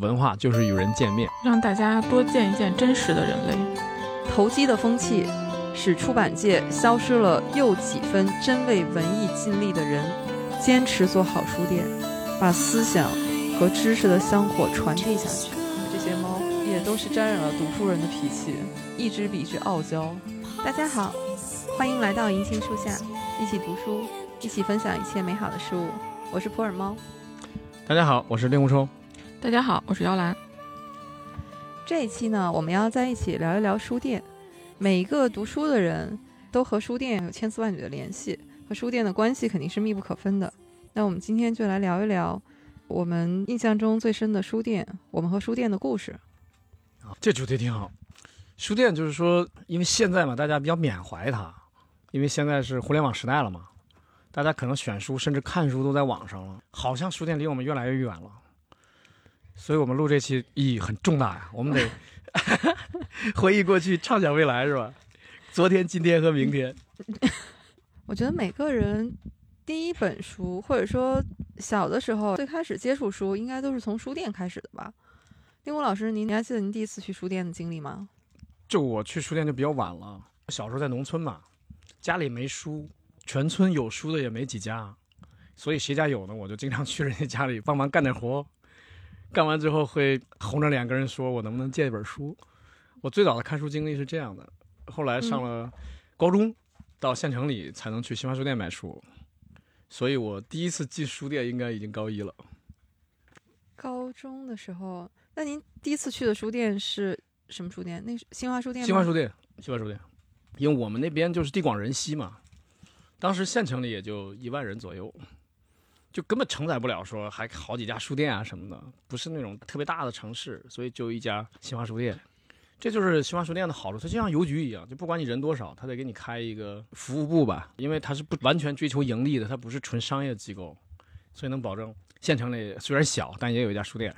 文化就是与人见面， 让大家多见一见真实的人类。 投机的风气使出版界消失了又几分真为文艺尽力的人。坚持做好书店，把思想和知识的香火传递下去。这些猫也都是沾染了读书人的脾气，一只比一只傲娇。大家好，欢迎来到银杏树下，一起读书，一起分享一切美好的事物。我是普洱猫。 大家好，我是令狐冲。 大家好，我是姚兰。 这一期呢，我们要在一起聊一聊书店。每一个读书的人都和书店有千丝万缕的联系，和书店的关系肯定是密不可分的。那我们今天就来聊一聊我们印象中最深的书店，我们和书店的故事。 这主题挺好。书店就是说，因为现在嘛，大家比较缅怀它，因为现在是互联网时代了嘛，大家可能选书甚至看书都在网上了，好像书店离我们越来越远了。所以我们录这期意义很重大呀，我们得回忆过去，畅想未来，是吧？昨天、今天和明天。 我觉得每个人第一本书，或者说小的时候最开始接触书，应该都是从书店开始的吧？令狐老师，您还记得您第一次去书店的经历吗？ 就我去书店就比较晚了，小时候在农村嘛，家里没书，全村有书的也没几家，所以谁家有呢，我就经常去人家家里帮忙干点活。干完之后会红着脸跟人说我能不能借一本书。我最早的看书经历是这样的，后来上了高中，到县城里才能去新华书店买书，所以我第一次进书店应该已经高一了。 高中的时候，那您第一次去的书店是什么书店？那是新华书店吗？ 新华书店，因为我们那边就是地广人稀嘛，当时县城里也就1万人左右，就根本承载不了说还好几家书店啊什么的，不是那种特别大的城市，所以就一家新华书店。这就是新华书店的好处，它就像邮局一样，就不管你人多少，它得给你开一个服务部吧，因为它是不完全追求盈利的，它不是纯商业机构，所以能保证县城里虽然小，但也有一家书店。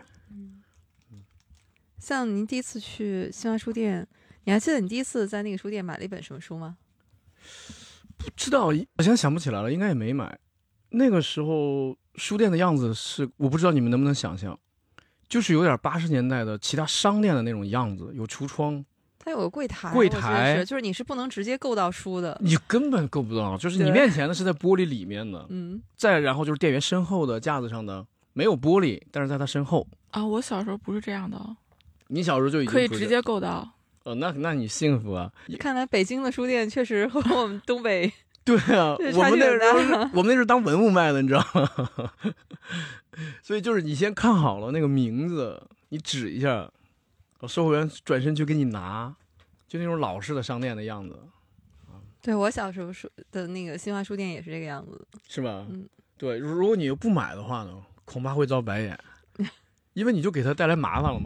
像您第一次去新华书店，你还记得你第一次在那个书店买了一本什么书吗？ 不知道，我现在想不起来了，应该也没买。那个时候书店的样子是，我不知道你们能不能想象，就是有点80年代的其他商店的那种样子，有橱窗， 它有个柜台，就是你是不能直接够到书的， 你根本够不到，就是你面前的是在玻璃里面的，再然后就是店员身后的架子上的没有玻璃，但是在他身后啊。我小时候不是这样的， 你小时候就已经可以直接够到。 那你幸福啊！ 看来北京的书店确实和我们东北对啊，我们那时候当文物卖的，你知道吗？所以就是你先看好了那个名字，你指一下，售货员转身去给你拿，就那种老式的商店的样子。 对，我小时候的那个新华书店也是这个样子， 是吧？对，如果你又不买的话呢，恐怕会遭白眼，因为你就给他带来麻烦了嘛。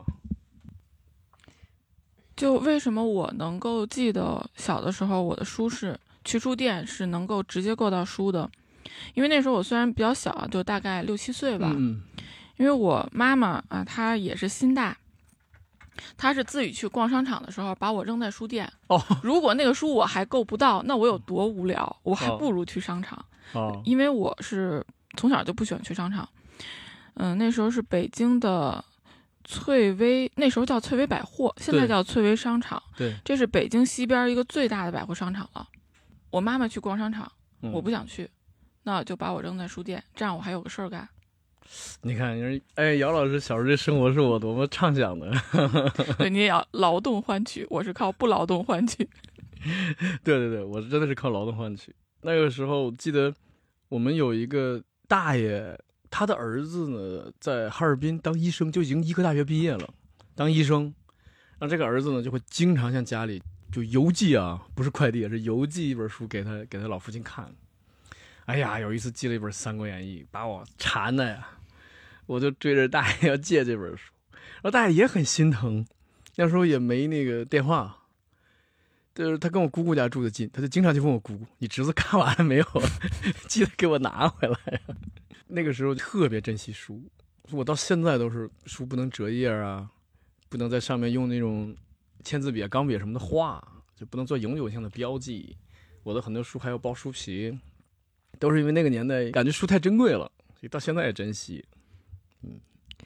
就为什么我能够记得小的时候我的去书店是能够直接够到书的，因为那时候我虽然比较小，就大概6、7岁吧。因为我妈妈啊，她也是心大，她是自己去逛商场的时候把我扔在书店。如果那个书我还够不到，那我有多无聊，我还不如去商场。因为我是从小就不喜欢去商场。那时候是北京的翠微，那时候叫翠微百货，现在叫翠微商场。 对， 这是北京西边一个最大的百货商场了。我妈妈去逛商场，我不想去，那就把我扔在书店，这样我还有个事儿干。 你看，姚老师小时候这生活是我多么畅想的。 对，你也要劳动换取，我是靠不劳动换取。 对，我真的是靠劳动换取。那个时候记得我们有一个大爷，他的儿子呢在哈尔滨当医生，就已经医科大学毕业了，当医生。然后这个儿子呢就会经常向家里就邮寄啊，不是快递，是邮寄一本书给他老父亲看。哎呀，有一次寄了一本《三国演义》，把我馋的呀，我就追着大爷要借这本书，然后大爷也很心疼，那时候也没那个电话，就是他跟我姑姑家住得近，他就经常去问我姑姑：“你侄子看完了没有？记得给我拿回来呀。”那个时候特别珍惜书，我到现在都是书不能折页啊，不能在上面用那种签字笔、钢笔什么的画，就不能做永久性的标记。我的很多书还要包书皮，都是因为那个年代感觉书太珍贵了，所以到现在也珍惜。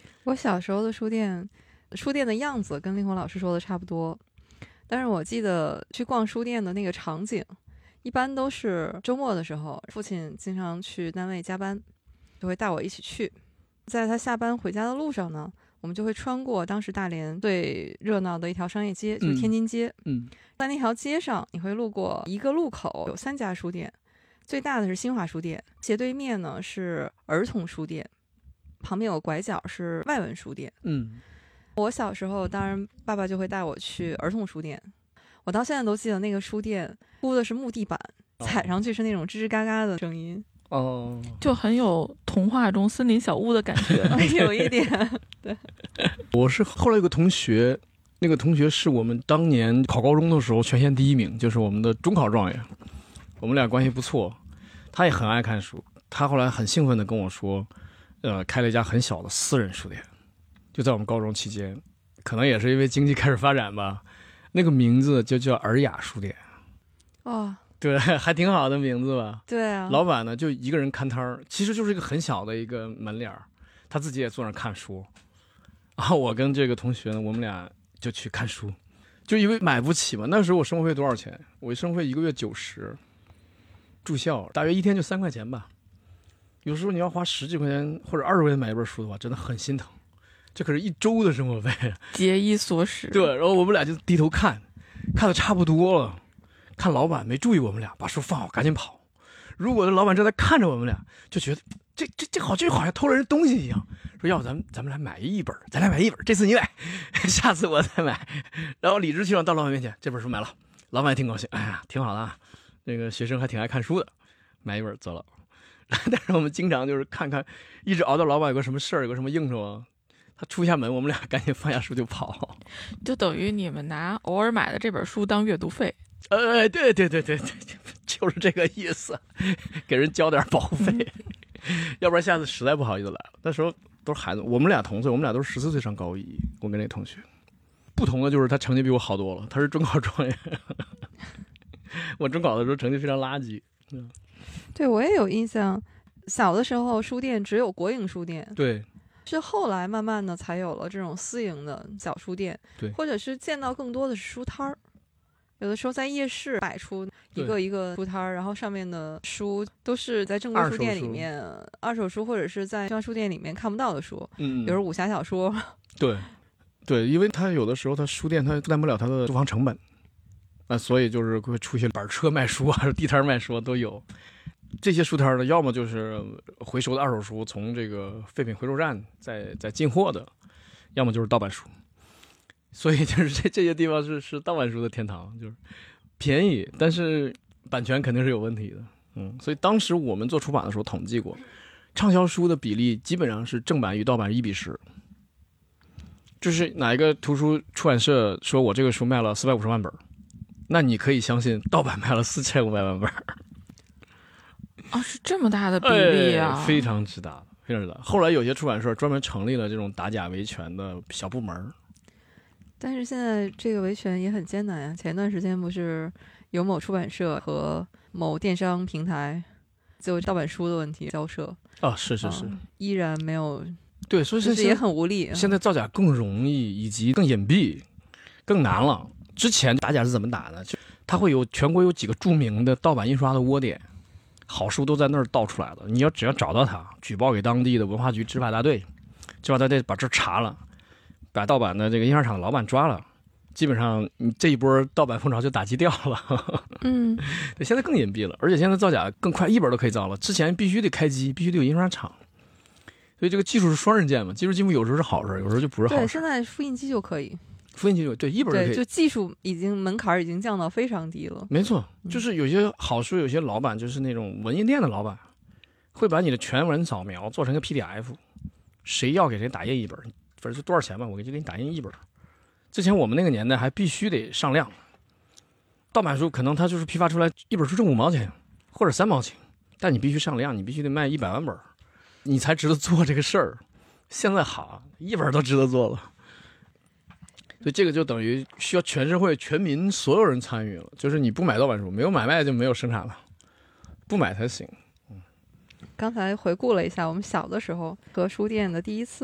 我小时候的书店的样子跟令狐老师说的差不多，但是我记得去逛书店的那个场景一般都是周末的时候，父亲经常去单位加班，就会带我一起去。在他下班回家的路上呢，我们就会穿过当时大连最热闹的一条商业街，就是天津街。在那条街上你会路过一个路口，有3家书店，最大的是新华书店，斜对面呢是儿童书店，旁边有拐角是外文书店。我小时候当然爸爸就会带我去儿童书店，我到现在都记得那个书店铺的是木地板，踩上去是那种吱吱嘎嘎的声音。 就很有童话中森林小屋的感觉。 有一点。对， 我是后来有个同学，那个同学是我们当年考高中的时候全县第1名，就是我们的中考状元，我们俩关系不错，他也很爱看书。他后来很兴奋地跟我说开了一家很小的私人书店，就在我们高中期间，可能也是因为经济开始发展吧，那个名字就叫尔雅书店。对，还挺好的名字吧。 对啊， 老板呢就一个人看摊儿，其实就是一个很小的一个门脸儿，他自己也坐那看书。然后我跟这个同学呢，我们俩就去看书，就因为买不起嘛。那时候我生活费多少钱？我生活费1个月90，住校大约1天就3块钱吧。有时候你要花10几块钱或者20块钱买一本书的话，真的很心疼。这可是1周的生活费， 节衣缩食。 对，然后我们俩就低头看的差不多了。看老板没注意我们俩，把书放好赶紧跑。如果这老板正在看着我们俩，就觉得这好像偷了人东西一样，说要不咱们来买一本，咱俩买一本，这次你买，下次我再买。然后理直气壮到老板面前，这本书买了，老板也挺高兴，哎呀挺好的啊，那个学生还挺爱看书的，买一本走了。但是我们经常就是看，一直熬到老板有个什么事儿，有个什么应酬啊，他出一下门，我们俩赶紧放下书就跑， 就等于你们拿偶尔买的这本书当阅读费。 对，就是这个意思，给人交点保护费，要不然下次实在不好意思来了。那时候都是孩子，我们俩同岁，我们俩都是14岁上高1，我跟那同学不同的就是他成绩比我好多了，他是中考状元，我中考的时候成绩非常垃圾。 对，我也有印象，小的时候书店只有国营书店， 对， 是后来慢慢的才有了这种私营的小书店， 对， 或者是见到更多的是书摊儿。有的时候在夜市摆出一个一个书摊儿，然后上面的书都是在正规书店里面二手书，或者是在书店里面看不到的书，比如武侠小说。 对，因为他有的时候他书店他负担不了他的租房成本，所以就是会出现板车卖书啊，地摊卖书都有。这些书摊呢，要么就是回收的二手书从这个废品回收站再进货的，要么就是盗版书。所以就是这些地方是盗版书的天堂，就是便宜，但是版权肯定是有问题的。所以当时我们做出版的时候统计过，畅销书的比例基本上是正版与盗版1比10。就是哪一个图书出版社说我这个书卖了450万本，那你可以相信盗版卖了4500万本。 是这么大的比例啊！ 非常之大，非常之大。后来有些出版社专门成立了这种打假维权的小部门。 但是现在这个维权也很艰难呀。前段时间不是有某出版社和某电商平台就盗版书的问题交涉是， 依然没有。 对，所以就是也很无力。 现在造假更容易，以及更隐蔽，更难了。之前打假是怎么打呢？就它会有全国有几个著名的盗版印刷的窝点，好书都在那儿盗出来的。你只要找到它，举报给当地的文化局执法大队，执法大队把这查了。把盗版的这个印刷厂的老板抓了，基本上你这一波盗版风潮就打击掉了。对，现在更隐蔽了，而且现在造假更快，一本都可以造了。之前必须得开机，必须得有印刷厂，所以这个技术是双刃剑嘛。技术进步有时候是好事，有时候就不是好事。 对，现在复印机就可以， 复印机对一本就可以， 对，就技术门槛已经降到非常低了。 没错，就是有些好书，有些老板就是那种文印店的老板，会把你的全文扫描做成个 PDF， 谁要给谁打印一本。反正就多少钱吧，我就给你打印一本。之前我们那个年代还必须得上量，盗版书可能它就是批发出来一本书挣5毛钱或者3毛钱，但你必须上量，你必须得卖100万本，你才值得做这个事儿。现在好，一本都值得做了，所以这个就等于需要全社会、全民所有人参与了。就是你不买盗版书，没有买卖就没有生产了，不买才行。 刚才回顾了一下我们小的时候和书店的第一次吧，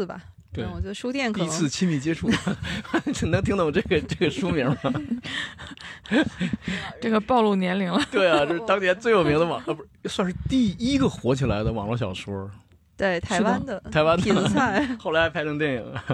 对， 我觉得书店可能第一次亲密接触，能听懂这个书名吗？ 这个暴露年龄了。 对啊，这是当年最有名的不是算是第一个火起来的网络小说。 对，台湾的题材， 后来还拍成电影了。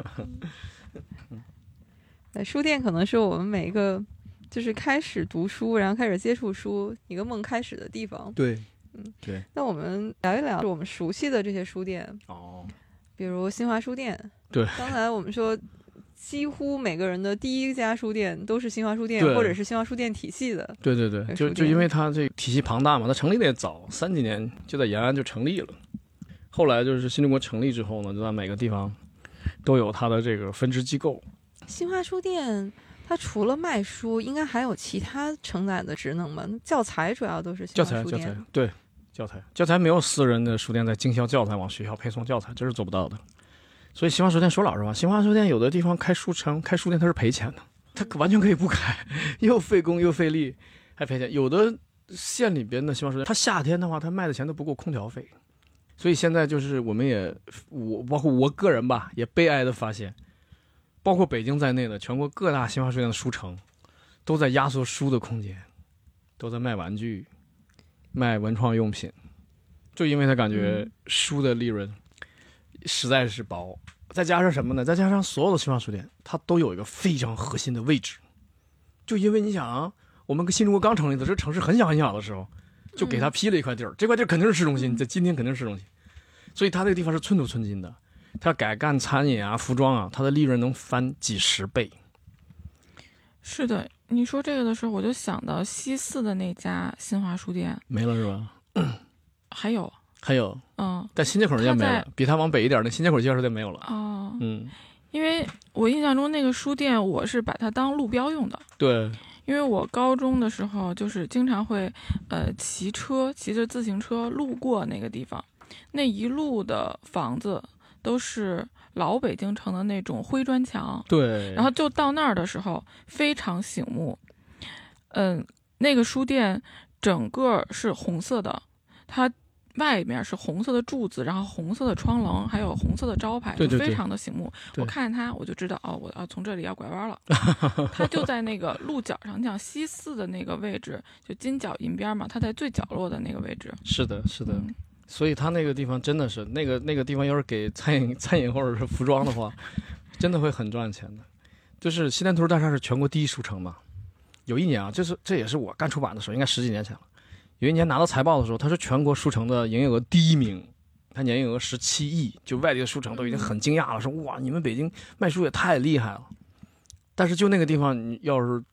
对，书店可能是我们每一个就是开始读书，然后开始接触书一个梦开始的地方。 对，对。 那我们聊一聊我们熟悉的这些书店比如新华书店。 对， 刚才我们说几乎每个人的第一家书店都是新华书店，或者是新华书店体系的。 对对对，就因为它这个体系庞大嘛，它成立的也早，30几年就在延安就成立了。后来就是新中国成立之后呢，就在每个地方都有它的这个分支机构。 新华书店它除了卖书，应该还有其他承载的职能吗？教材主要都是新华书店。 教材对，教材没有私人的书店在经销教材往学校配送教材，这是做不到的。所以新华书店说老实话，新华书店有的地方开书城开书店它是赔钱的，它完全可以不开，又费工又费力还赔钱。有的县里边的新华书店，它夏天的话它卖的钱都不够空调费。所以现在就是我包括我个人吧，也悲哀的发现，包括北京在内的全国各大新华书店的书城都在压缩书的空间，都在卖玩具卖文创用品，就因为他感觉书的利润实在是薄。再加上什么呢？再加上所有的新华书店它都有一个非常核心的位置，就因为你想啊，我们新中国刚成立的这城市很小很小的时候，就给他批了一块地儿，这块地儿肯定是市中心，在今天肯定是市中心，所以他这个地方是寸土寸金的。他改干餐饮啊、服装啊，他的利润能翻几十倍。 是的，你说这个的时候，我就想到西四的那家新华书店没了是吧？ 还有， 但新街口那家没了，比他往北一点的新街口新华书店没有了。 因为我印象中那个书店，我是把它当路标用的。 对。 因为我高中的时候就是经常会骑着自行车路过那个地方，那一路的房子都是老北京城的那种灰砖墙。 对， 然后就到那儿的时候非常醒目。那个书店整个是红色的，它外面是红色的柱子，然后红色的窗棱，还有红色的招牌， 对， 非常的醒目。我看见它，我就知道我要从这里要拐弯了。它就在那个路角上，像西四的那个位置，就金角银边嘛，它在最角落的那个位置。 是的。所以它那个地方真的是那个地方，要是给餐饮或者是服装的话，真的会很赚钱的。就是西单图书大厦是全国第一书城嘛，有一年啊，这也是我干出版的时候，应该10几年前了。有一年拿到财报的时候，它是全国书城的营业额第1名，它年营业额17亿，就外地的书城都已经很惊讶了，说哇，你们北京卖书也太厉害了。但是就那个地方，你要是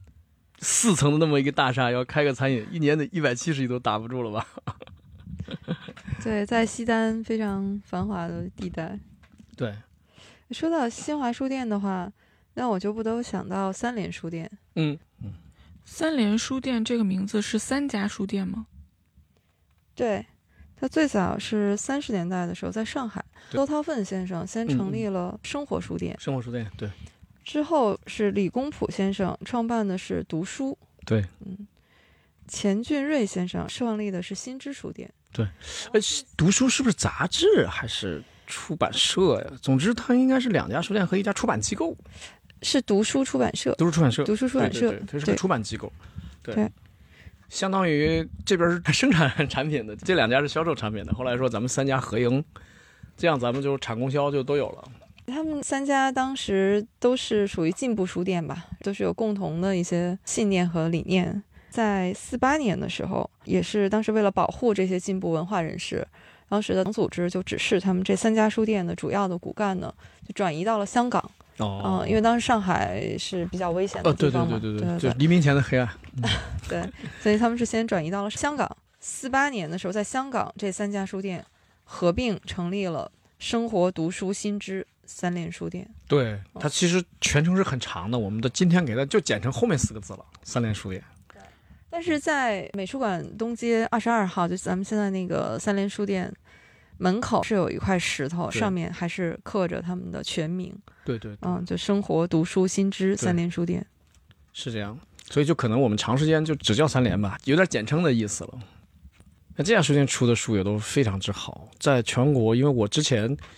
4层的那么一个大厦，要开个餐饮，一年的170亿都打不住了吧？ 对，在西单非常繁华的地带。 对， 说到新华书店的话，那我就不得不想到三联书店。 三联书店这个名字是3家书店吗？ 对，它最早是30年代的时候在上海，周韬奋先生先成立了生活书店。 生活书店，对。 之后是李公朴先生创办的是读书。 对。 钱俊瑞先生创立的是新知书店。 对。读书是不是杂志还是出版社呀？总之它应该是2家书店和1家出版机构。 是读书出版社。 读书出版社， 对， 它是个出版机构。对，相当于这边是生产产品的，这2家是销售产品的。后来说咱们3家合营，这样咱们就产供销就都有了。 他们3家当时都是属于进步书店吧，都是有共同的一些信念和理念。在48年的时候，也是当时为了保护这些进步文化人士，当时的党组织就指示他们这3家书店的主要的骨干呢，就转移到了香港。因为当时上海是比较危险的地方嘛。 对，黎明前的黑暗。 对，所以他们是先转移到了香港。48年的时候，在香港这3家书店合并成立了生活读书新知3联书店。 对，它其实全称是很长的，我们今天给它就简成后面4个字了，3联书店。 但是在美术馆东街22号，就咱们现在那个3联书店门口是有一块石头，上面还是刻着他们的全名。 对， 就生活读书新知3联书店。 是这样，所以就可能我们长时间就只叫3联吧，有点简称的意思了。那这家书店出的书也都非常之好，在全国，因为我之前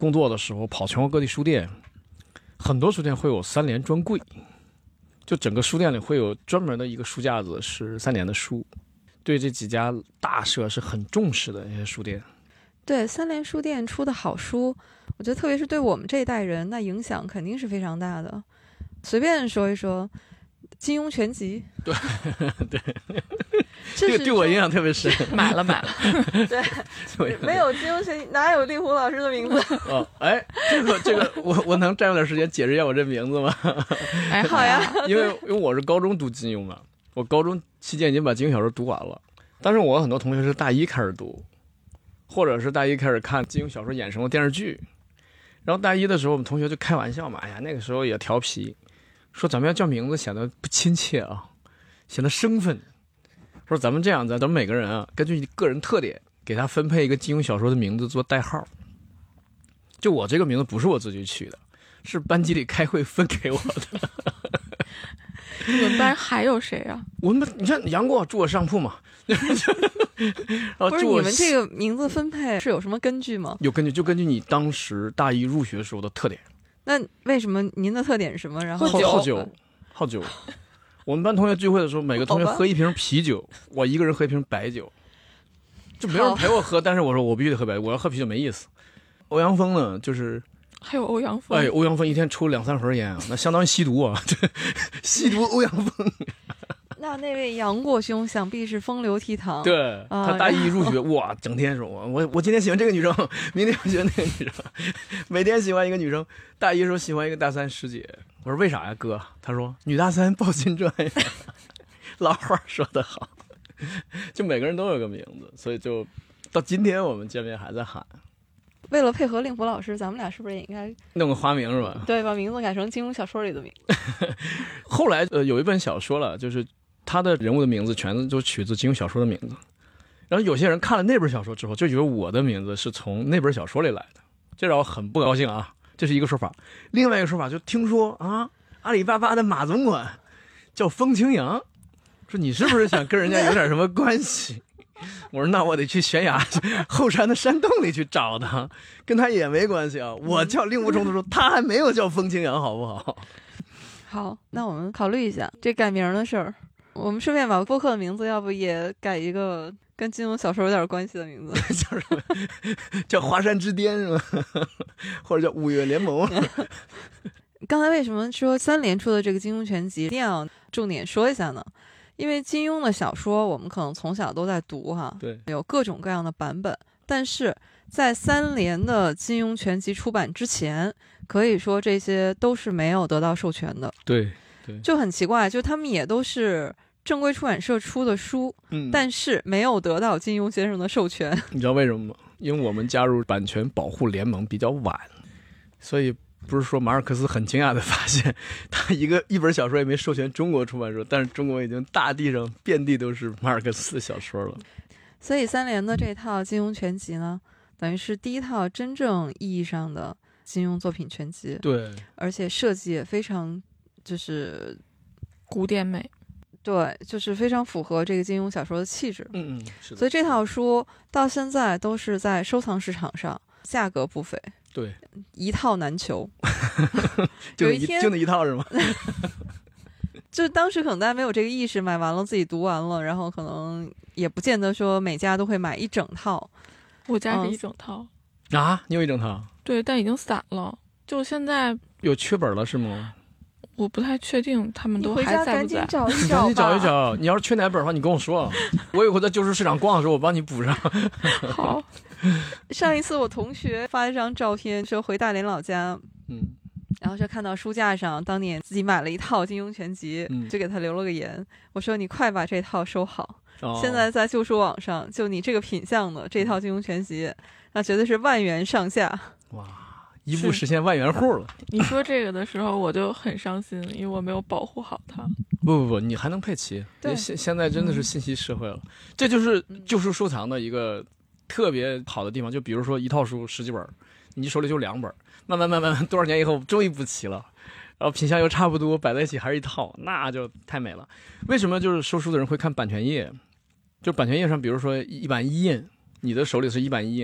工作的时候跑全国各地书店，很多书店会有3联专柜，就整个书店里会有专门的一个书架子是3联的书，对这几家大社是很重视的一些书店。 对，3联书店出的好书，我觉得特别是对我们这一代人，那影响肯定是非常大的。随便说一说，金庸全集， 对对， 这对我影响特别深。 买了。 对，没有金庸全集，哪有令狐老师的名字？ 哦，哎，这个，我能占用点时间解释一下我这名字吗？ 哎， 好呀， 因为我是高中读金庸嘛，我高中期间已经把金庸小说读完了，但是我很多同学是大一开始读，或者是大一开始看金庸小说衍生的电视剧，然后大一的时候我们同学就开玩笑嘛，哎呀，那个时候也调皮，说咱们要叫名字显得不亲切啊，显得生分。说咱们这样，咱们每个人啊，根据个人特点给他分配一个金庸小说的名字做代号。就我这个名字不是我自己取的，是班级里开会分给我的。 你们班还有谁啊？ 我们你看杨过住我上铺嘛。 不是你们这个名字分配是有什么根据吗？ 有根据，就根据你当时大一入学时候的特点。 那为什么您的特点是什么？然后好酒。我们班同学聚会的时候，每个同学喝一瓶啤酒，我一个人喝一瓶白酒，就没有人陪我喝。但是我说我必须得喝白酒，我要喝啤酒没意思。欧阳锋呢，就是还有欧阳锋， 哎，欧阳锋一天抽2-3盒烟啊，那相当于吸毒啊，吸毒欧阳锋。 那位杨过兄想必是风流倜傥。 对，他大一入学，哇，整天说我今天喜欢这个女生，明天喜欢那个女生，每天喜欢一个女生。大一时候喜欢一个大3师姐，我说为啥呀哥？他说女大3抱金砖呀。老话说得好，就每个人都有个名字，所以就到今天我们见面还在喊。 为了配合令狐老师，咱们俩是不是也应该弄个花名是吧？ 对，把名字改成金庸小说里的名字。 后来有一本小说了，就是他的人物的名字全都取自金庸小说的名字，然后有些人看了那本小说之后就以为我的名字是从那本小说里来的，这让我很不高兴啊，这是一个说法。另外一个说法就听说啊，阿里巴巴的马总管叫风清扬，说你是不是想跟人家有点什么关系？我说那我得去悬崖后山的山洞里去找他，跟他也没关系啊。我叫令狐冲的时候他还没有叫风清扬，好不好？ 好，那我们考虑一下这改名的事儿。我们顺便把播客的名字要不也改一个跟金庸小说有点关系的名字。 叫什么？叫华山之巅是吗？或者叫五岳联盟？ 刚才为什么说3联出的这个金庸全集一定要重点说一下呢？因为金庸的小说我们可能从小都在读哈， 对， 有各种各样的版本，但是在3联的金庸全集出版之前，可以说这些都是没有得到授权的。 对， 就很奇怪，就他们也都是正规出版社出的书，但是没有得到金庸先生的授权。 你知道为什么吗？因为我们加入版权保护联盟比较晚，所以不是说马尔克斯很惊讶的发现他一本小说也没授权中国出版社，但是中国已经大地上遍地都是马尔克斯的小说了。 所以3联的这套金庸全集呢，等于是第一套真正意义上的金庸作品全集。 对， 而且设计也非常就是古典美， 对，就是非常符合这个金庸小说的气质。 是的。 所以这套书到现在都是在收藏市场上价格不菲。 对， 一套难求。 就那一套是吗？ 就当时可能大家没有这个意识，买完了自己读完了，然后可能也不见得说每家都会买一整套。 我家是一整套啊，你有一整套？ 对，但已经散了。就现在有缺本了是吗？ 我不太确定他们都还在不在。 赶紧找一找，你找一找。你要是缺哪本的话，你跟我说，我以后在旧书市场逛的时候，我帮你补上。 好。 上一次我同学发一张照片，说回大连老家，然后就看到书架上当年自己买了一套金庸全集，就给他留了个言。我说你快把这套收好，现在在旧书网上，就你这个品相的这套金庸全集，那绝对是万元上下。 哇！一步实现万元户了。 你说这个的时候我就很伤心，因为我没有保护好它。 不，你还能配齐。现在真的是信息社会了，这就是旧书收藏的一个特别好的地方。就比如说一套书10几本，你手里就2本，慢慢多少年以后终于补齐了，然后品相又差不多，摆在一起还是一套，那就太美了。为什么就是收书的人会看版权页？就版权页上比如说1版1印，你的手里是1版1印，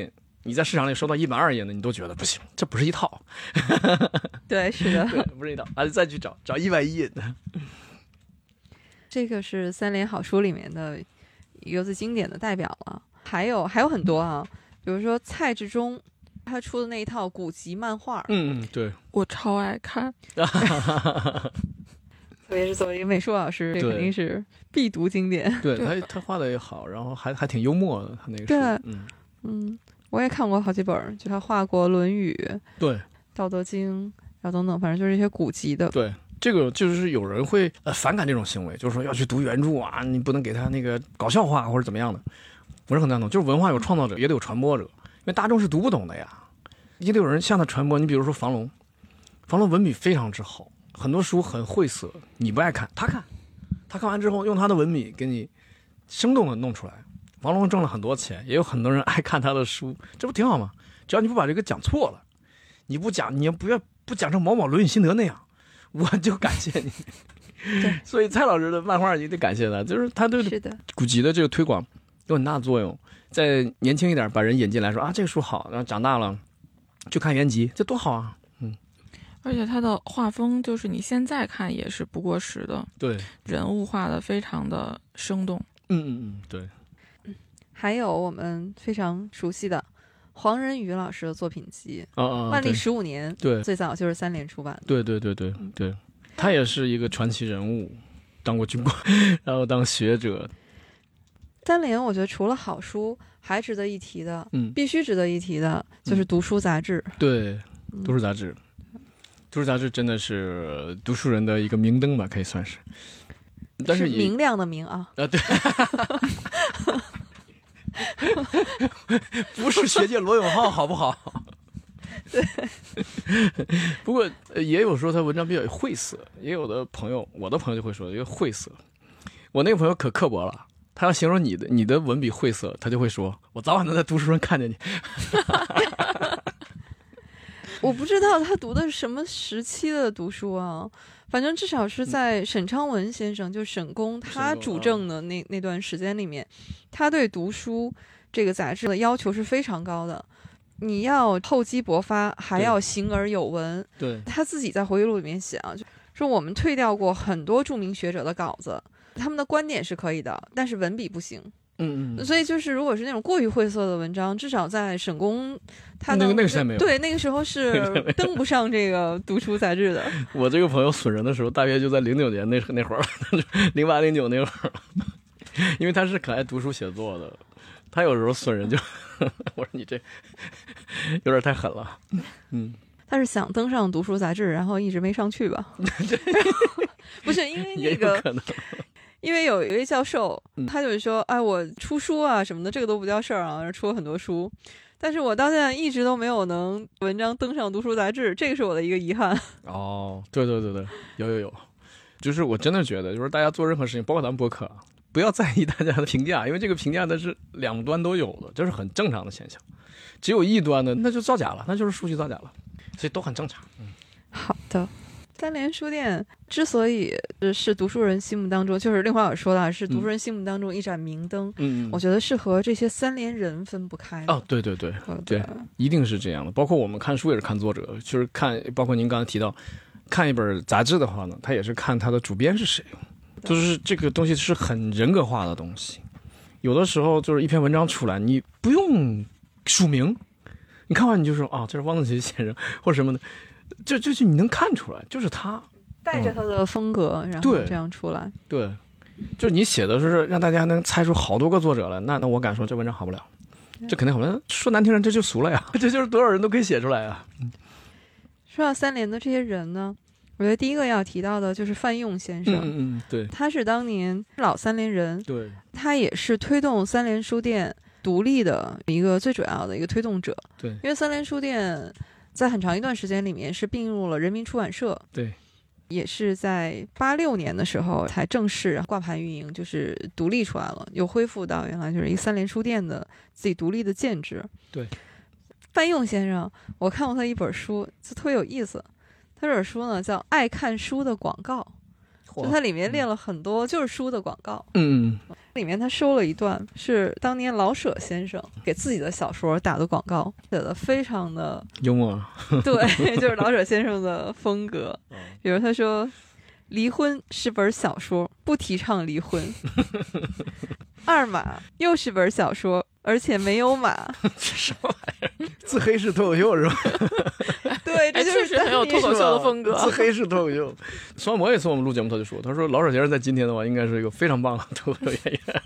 你在市场里收到120页的，你都觉得不行，这不是一套。 对，是的， 对，不是一套，还得再去找110页的。 这个是三联好书里面的一个最经典的代表了，还有很多啊，比如说蔡志忠他出的那一套古籍漫画， 对， 我超爱看。 特别是作为一个美术老师，这肯定是必读经典。 对，他画的也好，然后还挺幽默的，他那个书。 对，我也看过好几本，就他画过《论语》、 对， 道德经，然后等等，反正就是一些古籍的。 对，这个就是有人会反感这种行为，就是说要去读原著啊，你不能给他那个搞笑化或者怎么样的。我是很赞同，就是文化有创造者，也得有传播者，因为大众是读不懂的呀，也得有人向他传播。你比如说房龙文笔非常之好，很多书很晦涩，你不爱看，他看完之后用他的文笔给你生动的弄出来。房龙挣了很多钱，也有很多人爱看他的书，这不挺好吗？只要你不把这个讲错了，你不讲，你要不讲成某某论语心得那样，我就感谢你。 对， 所以蔡老师的漫画也得感谢他，就是他对古籍的这个推广有很大的作用。再年轻一点把人引进来说啊，这个书好，然后长大了就看原集，这多好啊。 而且他的画风就是你现在看也是不过时的， 对， 人物画的非常的生动。 对。 还有我们非常熟悉的黄仁宇老师的作品集万历15年， 对， 最早就是三联出版的。对，他也是一个传奇人物，当过军官，然后当学者。 三联我觉得除了好书，还值得一提的，必须值得一提的就是读书杂志。 对，读书杂志，读书杂志真的是读书人的一个明灯吧，可以算是。但是明亮的明啊。 对。不是学界罗永浩，好不好？ 对。 不过也有说他文章比较晦涩，也有的朋友，我的朋友就会说因为晦涩。我那个朋友可刻薄了，他要形容你的文笔晦涩，他就会说我早晚能在读书上看见你。 我不知道他读的是什么时期的读书啊，反正至少是在沈昌文先生，就沈公他主政的那段时间里面，他对读书这个杂志的要求是非常高的。你要厚积薄发，还要行而有文。 对， 他自己在回忆录里面写啊，说我们退掉过很多著名学者的稿子，他们的观点是可以的，但是文笔不行。所以就是如果是那种过于晦涩的文章，至少在沈公他那个时代没有， 对，那个时候是登不上这个读书杂志的。 我这个朋友损人的时候大约就在09年那会儿08、09那会儿，因为他是可爱读书写作的，他有时候损人就我说你这有点太狠了。 他是想登上读书杂志，然后一直没上去吧？不是因为那个， 也有可能。 因为有一位教授，他就是说，哎，我出书啊什么的，这个都不叫事儿啊，出了很多书，但是我到现在一直都没有能文章登上读书杂志，这个是我的一个遗憾。 对，有，就是我真的觉得，就是大家做任何事情，包括咱们播客，不要在意大家的评价，因为这个评价的是两端都有的，这是很正常的现象。只有一端的，那就造假了，那就是数据造假了，所以都很正常。 好的。三联书店之所以是读书人心目当中，就是令华老师说的，是读书人心目当中一盏明灯。我觉得是和这些三联人分不开的。 对，一定是这样的。包括我们看书也是看作者，就是看，包括您刚才提到，看一本杂志的话呢，他也是看他的主编是谁，就是这个东西是很人格化的东西。有的时候就是一篇文章出来，你不用署名，你看完你就说这是汪曾祺先生或者什么的。就你能看出来，就是他带着他的风格，然后这样出来。 对，就是你写的是让大家能猜出好多个作者来，那我敢说这文章好不了，这肯定好了。说难听人，这就俗了呀，这就是多少人都可以写出来啊。 说到三联的这些人呢，我觉得第一个要提到的就是范用先生。 对， 他是当年老三联人， 对， 他也是推动三联书店独立的一个最主要的一个推动者。 对， 因为三联书店在很长一段时间里面是并入了人民出版社， 对， 也是在86年的时候才正式挂牌运营，就是独立出来了，又恢复到原来就是一个三联书店的自己独立的建制。 对， 范用先生，我看过他一本书，就特别有意思。他这本书呢叫《爱看书的广告》，就它里面列了很多就是书的广告。 里面他收了一段是当年老舍先生给自己的小说打的广告，写的非常的幽默。 对，就是老舍先生的风格。比如他说，离婚是本小说，不提倡离婚。二马又是本小说，而且没有马。 这什么玩意儿？自黑式脱口秀是吧？ 对，这就是确实很有脱口秀的风格。 自黑式脱口秀。孙万博也从我们录节目，他说老舍先生在今天的话，应该是一个非常棒的脱口秀演员。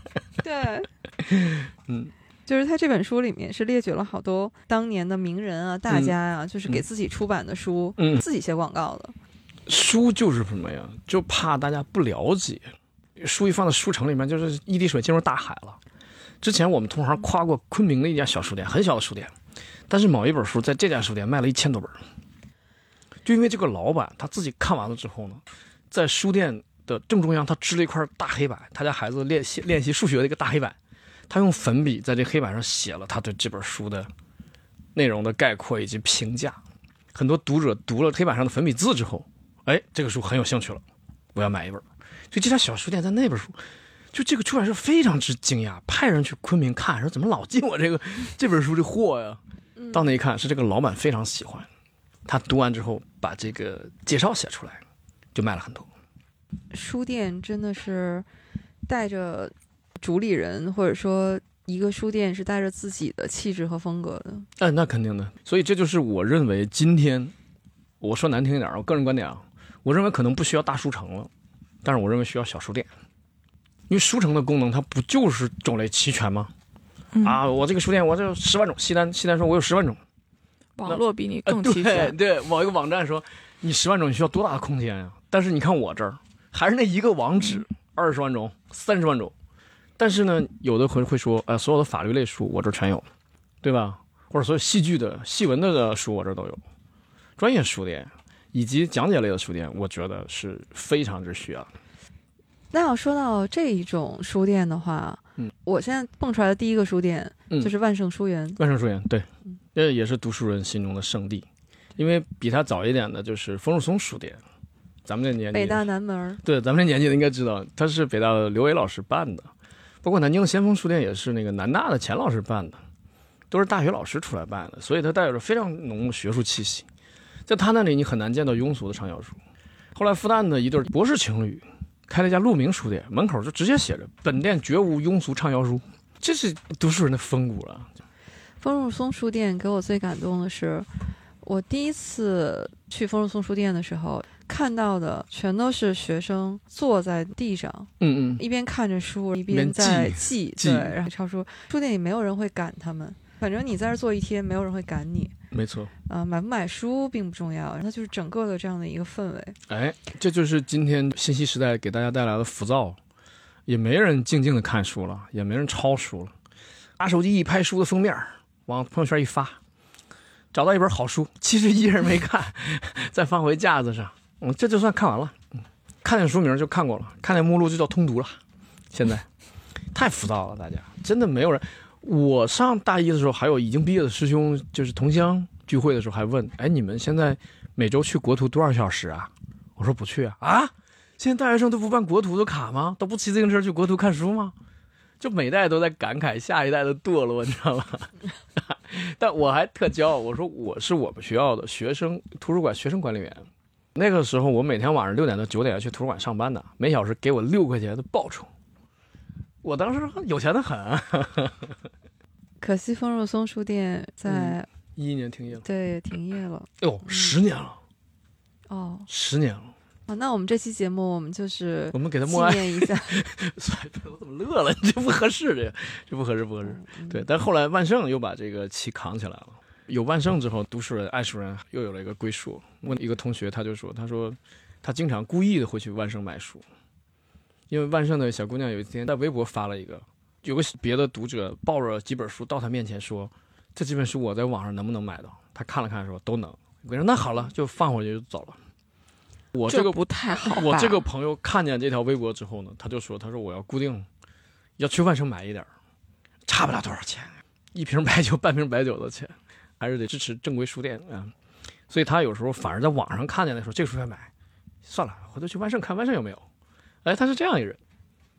对，就是他这本书里面是列举了好多当年的名人啊、大家啊，就是给自己出版的书，自己写广告的。 书就是什么呀？就怕大家不了解。书一放在书城里面，就是一滴水进入大海了。之前我们同行夸过昆明的一家小书店，很小的书店，但是某一本书在这家书店卖了1000多本。就因为这个老板他自己看完了之后呢，在书店的正中央他支了一块大黑板，他家孩子练习数学的一个大黑板，他用粉笔在这黑板上写了他对这本书的内容的概括以及评价。很多读者读了黑板上的粉笔字之后，这个书很有兴趣了，我要买一本。所以这家小书店在那本书，就这个出版社非常之惊讶，派人去昆明看，说怎么老进我这本书这货呀？到那一看是这个老板非常喜欢，他读完之后把这个介绍写出来，就卖了很多。 书店真的是带着主理人，或者说一个书店是带着自己的气质和风格的。 那肯定的。所以这就是我认为今天，我说难听一点，我个人观点啊，我认为可能不需要大书城了，但是我认为需要小书店。因为书城的功能它不就是种类齐全吗？我这个书店我这10万种，西单说我有10万种， 网络比你更齐全。 对，某一个网站说你10万种，你需要多大的空间呀？但是你看我这儿还是那一个网址，20万种、30万种。但是呢，有的会说，所有的法律类书我这儿全有，对吧？或者所有戏剧的、戏文的书我这儿都有。专业书店以及讲解类的书店，我觉得是非常之需要。 那要说到这一种书店的话，我现在蹦出来的第一个书店就是万盛书园。 万盛书园，对，这也是读书人心中的圣地。因为比他早一点的就是冯汝松书店，咱们这年纪北大南门， 对，咱们这年纪的应该知道，他是北大的刘伟老师办的，包括南京的先锋书店也是那个南大的钱老师办的，都是大学老师出来办的，所以他带有着非常浓的学术气息。在他那里你很难见到庸俗的畅销书。后来复旦的一对博士情侣开了一家鹿鸣书店，门口就直接写着本店绝无庸俗畅销书，这是读书人的风骨了。 冯汝松书店给我最感动的是，我第一次去冯汝松书店的时候，看到的全都是学生坐在地上，一边看着书一边在记，对，然后抄书。书店里没有人会赶他们，反正你在这坐一天，没有人会赶你。 没错， 买不买书并不重要，它就是整个的这样的一个氛围。 这就是今天信息时代给大家带来的浮躁，也没人静静的看书了，也没人抄书了，拿手机一拍书的封面，往朋友圈一发，找到一本好书，其实一人没看，再放回架子上，这就算看完了。看见书名就看过了，看见目录就叫通读了。现在太浮躁了，大家真的没有人。我上大一的时候，还有已经毕业的师兄，就是同乡聚会的时候还问，你们现在每周去国图多少小时啊？我说不去啊。现在大学生都不办国图的卡吗？都不骑自行车去国图看书吗？就每代都在感慨下一代的堕落，你知道吗？但我还特骄傲，我说我是我们学校的学生图书馆学生管理员。那个时候我每天晚上6点到9点要去图书馆上班的，每小时给我6块钱的报酬。我当时有钱的很可惜冯汝松书店在 11年停业了。 对，停业了。 10年了。10年了。 那我们这期节目我们就是我们给他默哀纪念一下。 我怎么乐了？这不合适，这不合适。对，但后来万盛又把这个旗扛起来了。有万盛之后，读书人、爱书人又有了一个归属。问一个同学，他说他经常故意的会去万盛买书。因为万盛的小姑娘有一天在微博发了一个，有个别的读者抱着几本书到她面前说，这几本书我在网上能不能买到？她看了看说都能。我说那好了，就放回去就走了。我这个不太好吧。 我这个朋友看见这条微博之后呢，他说我要固定要去万盛买一点，差不了多少钱，1瓶白酒半瓶白酒的钱，还是得支持正规书店啊。所以他有时候反而在网上看见的时候，这个书该买，算了，回头去万盛看万盛有没有。他是这样一个人。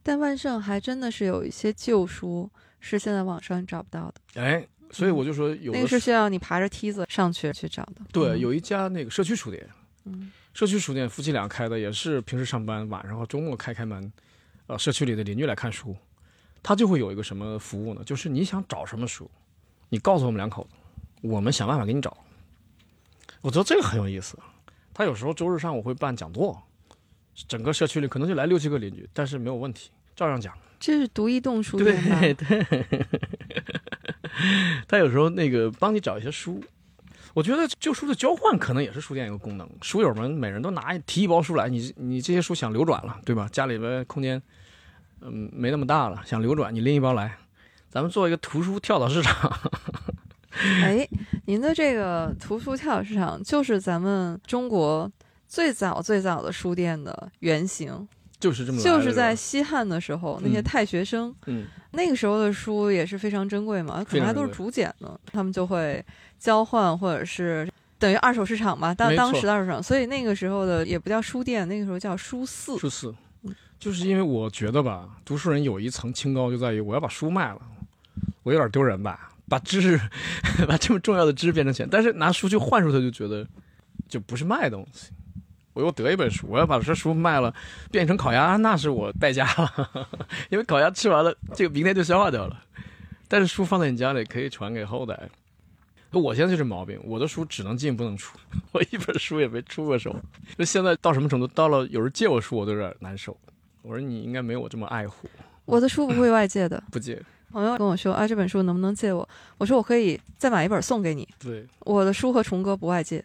但万盛还真的是有一些旧书是现在网上找不到的。 哎，所以我就说有的那个是需要你爬着梯子上去找的。 对，有一家那个社区书店，社区书店夫妻俩开的，也是平时上班晚上和周末开门，社区里的邻居来看书，他就会有一个什么服务呢？就是你想找什么书，你告诉我们2口子，我们想办法给你找。我觉得这个很有意思。他有时候周日上午会办讲座，整个社区里可能就来6、7个邻居，但是没有问题，照样讲。 这是独一栋书店吧？ 对。他有时候那个帮你找一些书，我觉得旧书的交换可能也是书店一个功能。书友们每人都提一包书来，你这些书想流转了，对吧？家里边空间没那么大了，想流转，你拎一包来，咱们做一个图书跳蚤市场。 哎，您的这个图书跳蚤市场就是咱们中国最早的书店的原型， 就是这么来的， 就是在西汉的时候，那些太学生，那个时候的书也是非常珍贵嘛，可能还都是竹简呢，他们就会交换，或者是等于二手市场吧，当时的二手市场，所以那个时候的也不叫书店，那个时候叫书肆。 书肆，就是因为我觉得吧，读书人有一层清高，就在于我要把书卖了，我有点丢人吧。把知识，把这么重要的知识变成钱，但是拿书去换书，他就觉得就不是卖东西。我又得一本书，我要把这书卖了，变成烤鸭，那是我败家了，因为烤鸭吃完了，这个明天就消化掉了。但是书放在你家里，可以传给后代。我现在就这毛病，我的书只能进不能出，我一本书也没出过手。就现在到什么程度？到了有人借我书，我都有点难受。我说你应该没有我这么爱护。 我的书不会外借的， 不借。 朋友跟我说啊，这本书能不能借我？我说我可以再买一本送给你。 对， 我的书和虫哥不外借，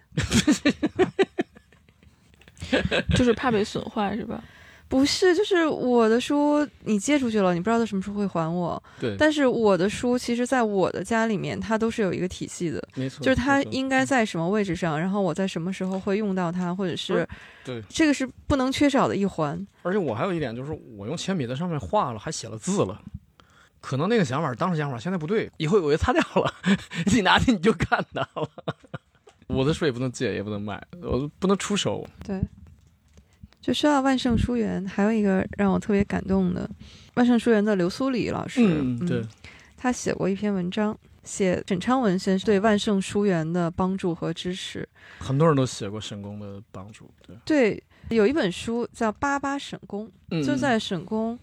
就是怕被损坏是吧？ 不是，就是我的书你借出去了，你不知道他什么时候会还我。 对， 但是我的书其实在我的家里面，它都是有一个体系的， 没错， 就是它应该在什么位置上，然后我在什么时候会用到它，或者是对， 这个是不能缺少的一环。 而且我还有一点就是，我用铅笔在上面画了，还写了字了。可能那个想法当时想法现在不对，以后我就擦掉了，你拿去你就看到了。我的书也不能借，也不能卖，我不能出手。 对，就说到万盛书园，还有一个让我特别感动的，万盛书园的刘苏里老师， 对， 他写过一篇文章，写沈昌文先生对万盛书园的帮助和支持。 很多人都写过沈公的帮助， 对，有一本书叫《88沈公》，就在沈公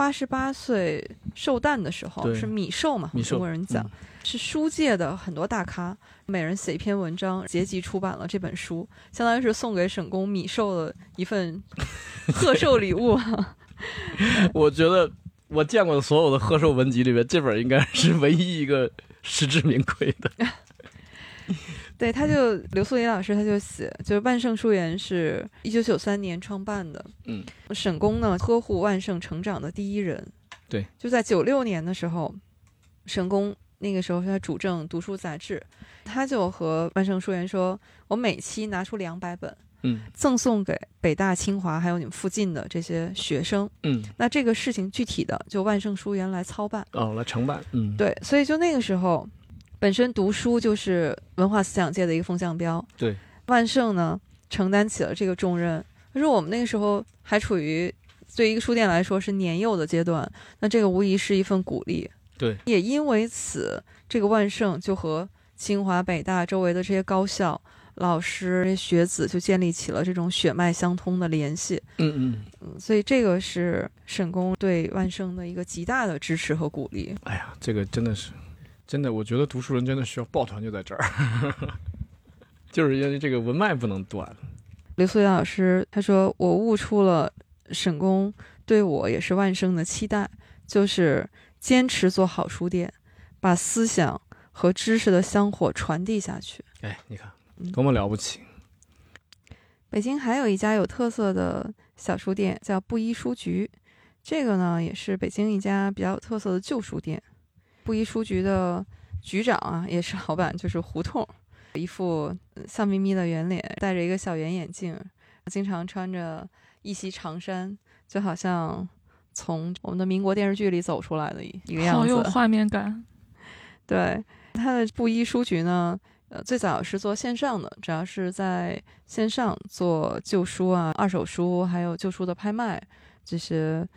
88岁寿诞的时候，是米寿嘛，中国人讲，是书界的很多大咖，每人写一篇文章，结集出版了这本书，相当于是送给沈公米寿的一份贺寿礼物。 我觉得我见过的所有的贺寿文集里面，这本应该是唯一一个实至名归的。 对，他就刘素林老师他就写，就是万盛书园是1993年创办的，沈公呢呵护万盛成长的第一人。 对， 就在96年的时候，沈公那个时候他主政读书杂志，他就和万盛书园说，我每期拿出200本，赠送给北大清华还有你们附近的这些学生，那这个事情具体的就万盛书园来操办， 来承办， 对，所以就那个时候本身读书就是文化思想界的一个风向标， 对， 万盛呢承担起了这个重任。可是我们那个时候还处于对一个书店来说是年幼的阶段，那这个无疑是一份鼓励。 对， 也因为此，这个万盛就和清华北大周围的这些高校老师学子就建立起了这种血脉相通的联系。所以这个是沈公对万盛的一个极大的支持和鼓励。 哎呀，这个真的是真的，我觉得读书人真的需要抱团，就在这儿。就是因为这个文脉不能断。 刘素阳老师他说，我悟出了沈公对我也是万盛的期待，就是坚持做好书店，把思想和知识的香火传递下去。 哎，你看多么了不起。 北京还有一家有特色的小书店叫布衣书局，这个呢也是北京一家比较有特色的旧书店。布衣书局的局长啊也是老板，就是胡同，一副笑眯眯的圆脸，戴着一个小圆眼镜，经常穿着一袭长衫，就好像从我们的民国电视剧里走出来的一个样子， 好有画面感。 对，他的布衣书局呢最早是做线上的，主要是在线上做旧书啊、二手书还有旧书的拍卖，这些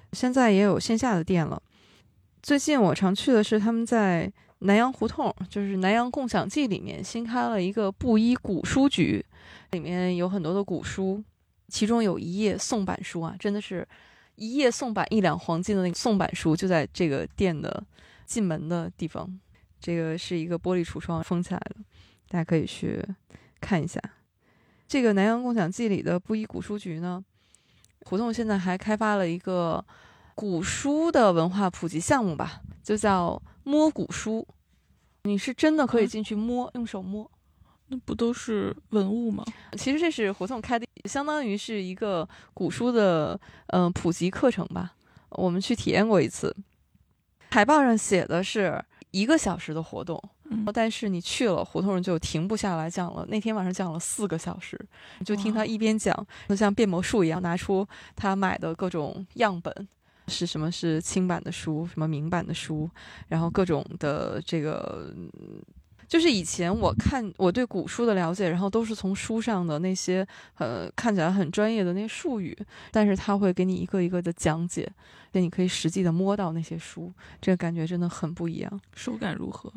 现在也有线下的店了。最近我常去的是他们在南阳胡同，就是南阳共享记里面新开了一个布衣古书局，里面有很多的古书，其中有一页宋版书啊，真的是一页宋版1两黄金的那个宋版书，就在这个店的进门的地方。这个是一个玻璃橱窗封起来的，大家可以去看一下。这个南阳共享记里的布衣古书局呢，胡同现在还开发了一个古书的文化普及项目吧，就叫摸古书。你是真的可以进去摸，用手摸。 那不都是文物吗？ 其实这是胡同开的，相当于是一个古书的普及课程吧。我们去体验过一次，海报上写的是1个小时的活动，但是你去了胡同就停不下来，讲了那天晚上讲了4个小时，你就听他一边讲，就像变魔术一样，拿出他买的各种样本，是什么是清版的书，什么明版的书，然后各种的这个。就是以前我对古书的了解，然后都是从书上的那些看起来很专业的那些术语，但是他会给你一个一个的讲解，让你可以实际的摸到那些书，这个感觉真的很不一样。 手感如何？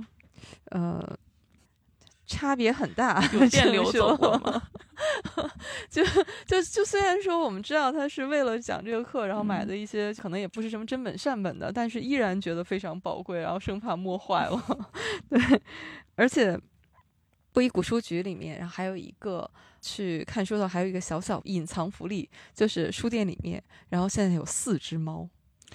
差别很大。 有电流走过吗？ 就虽然说我们知道他是为了讲这个课，然后买的一些可能也不是什么真本善本的，但是依然觉得非常宝贵，然后生怕摸坏了。对，而且布衣古书局里面，然后还有一个去看书的，还有一个小小隐藏福利，就是书店里面，然后现在有4只猫。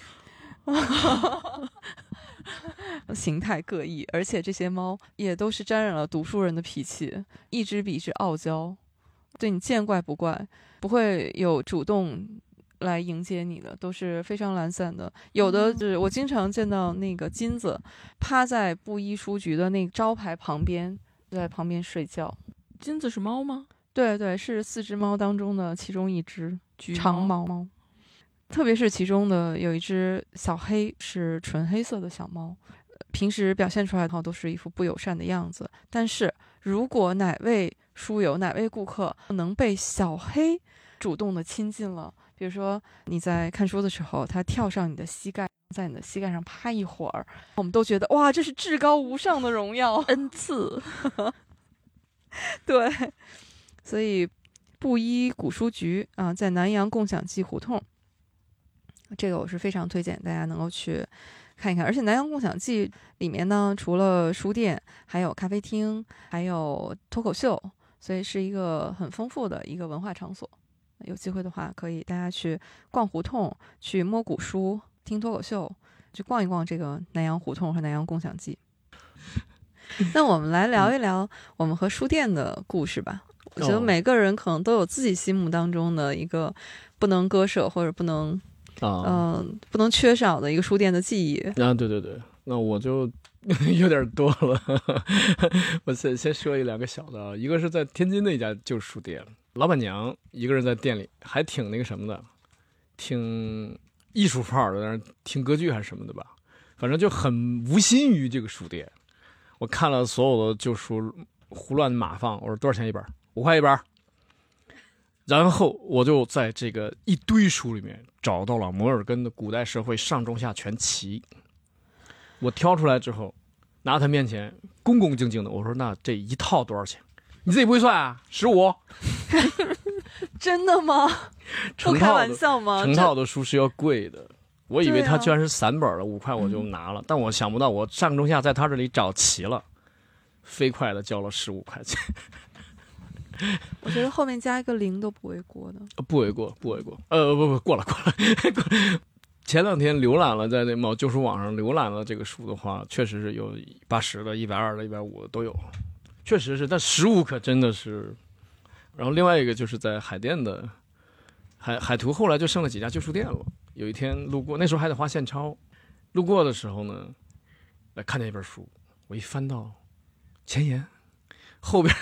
形态各异，而且这些猫也都是沾染了读书人的脾气，一只比一只傲娇，对你见怪不怪，不会有主动来迎接你的，都是非常懒散的。有的就是我经常见到那个金子趴在布衣书局的那个招牌旁边，在旁边睡觉。 金子是猫吗？ 对对，是4只猫当中的其中一只长毛猫。特别是其中的有一只小黑，是纯黑色的小猫，平时表现出来的话都是一副不友善的样子，但是如果哪位书友哪位顾客能被小黑主动的亲近了，比如说你在看书的时候，他跳上你的膝盖，在你的膝盖上趴一会儿，我们都觉得哇，这是至高无上的荣耀， 恩赐。 对，所以布衣古书局啊，在南阳共享记胡同，这个我是非常推荐大家能够去看一看。而且南阳共享记里面呢，除了书店，还有咖啡厅，还有脱口秀，所以是一个很丰富的一个文化场所。有机会的话，可以大家去逛胡同，去摸古书，听脱口秀，去逛一逛这个南阳胡同和南阳共享记。那我们来聊一聊我们和书店的故事吧。我觉得每个人可能都有自己心目当中的一个不能割舍或者不能缺少的一个书店的记忆啊。对对对，那我就有点多了。我先说1-2个小的啊，一个是在天津的一家旧书店，老板娘一个人在店里，还挺那个什么的，挺艺术范儿的，但是听歌剧还是什么的吧，反正就很无心于这个书店。我看了所有的旧书胡乱码放，我说多少钱一本？5块一本。然后我就在这个一堆书里面找到了摩尔根的古代社会上中下全齐。我挑出来之后，拿他面前恭恭敬敬的我说：“那这一套多少钱？你自己不会算啊？15。” 真的吗？不开玩笑吗？ 成套的书是要贵的。我以为他居然是3本了，5块我就拿了，但我想不到我上中下在他这里找齐了，飞快的交了15块钱。 我觉得后面加一个0都不为过的。 不为过，不为过。不，过了。前2天浏览了，在那某旧书网上浏览了这个书的话，确实是有80的、120的、150的都有，确实是，但15可真的是。然后另外一个就是在海淀的海图，后来就剩了几家旧书店了。有一天路过，那时候还得花现钞，路过的时候呢，来看见一本书，我一翻到前言，后边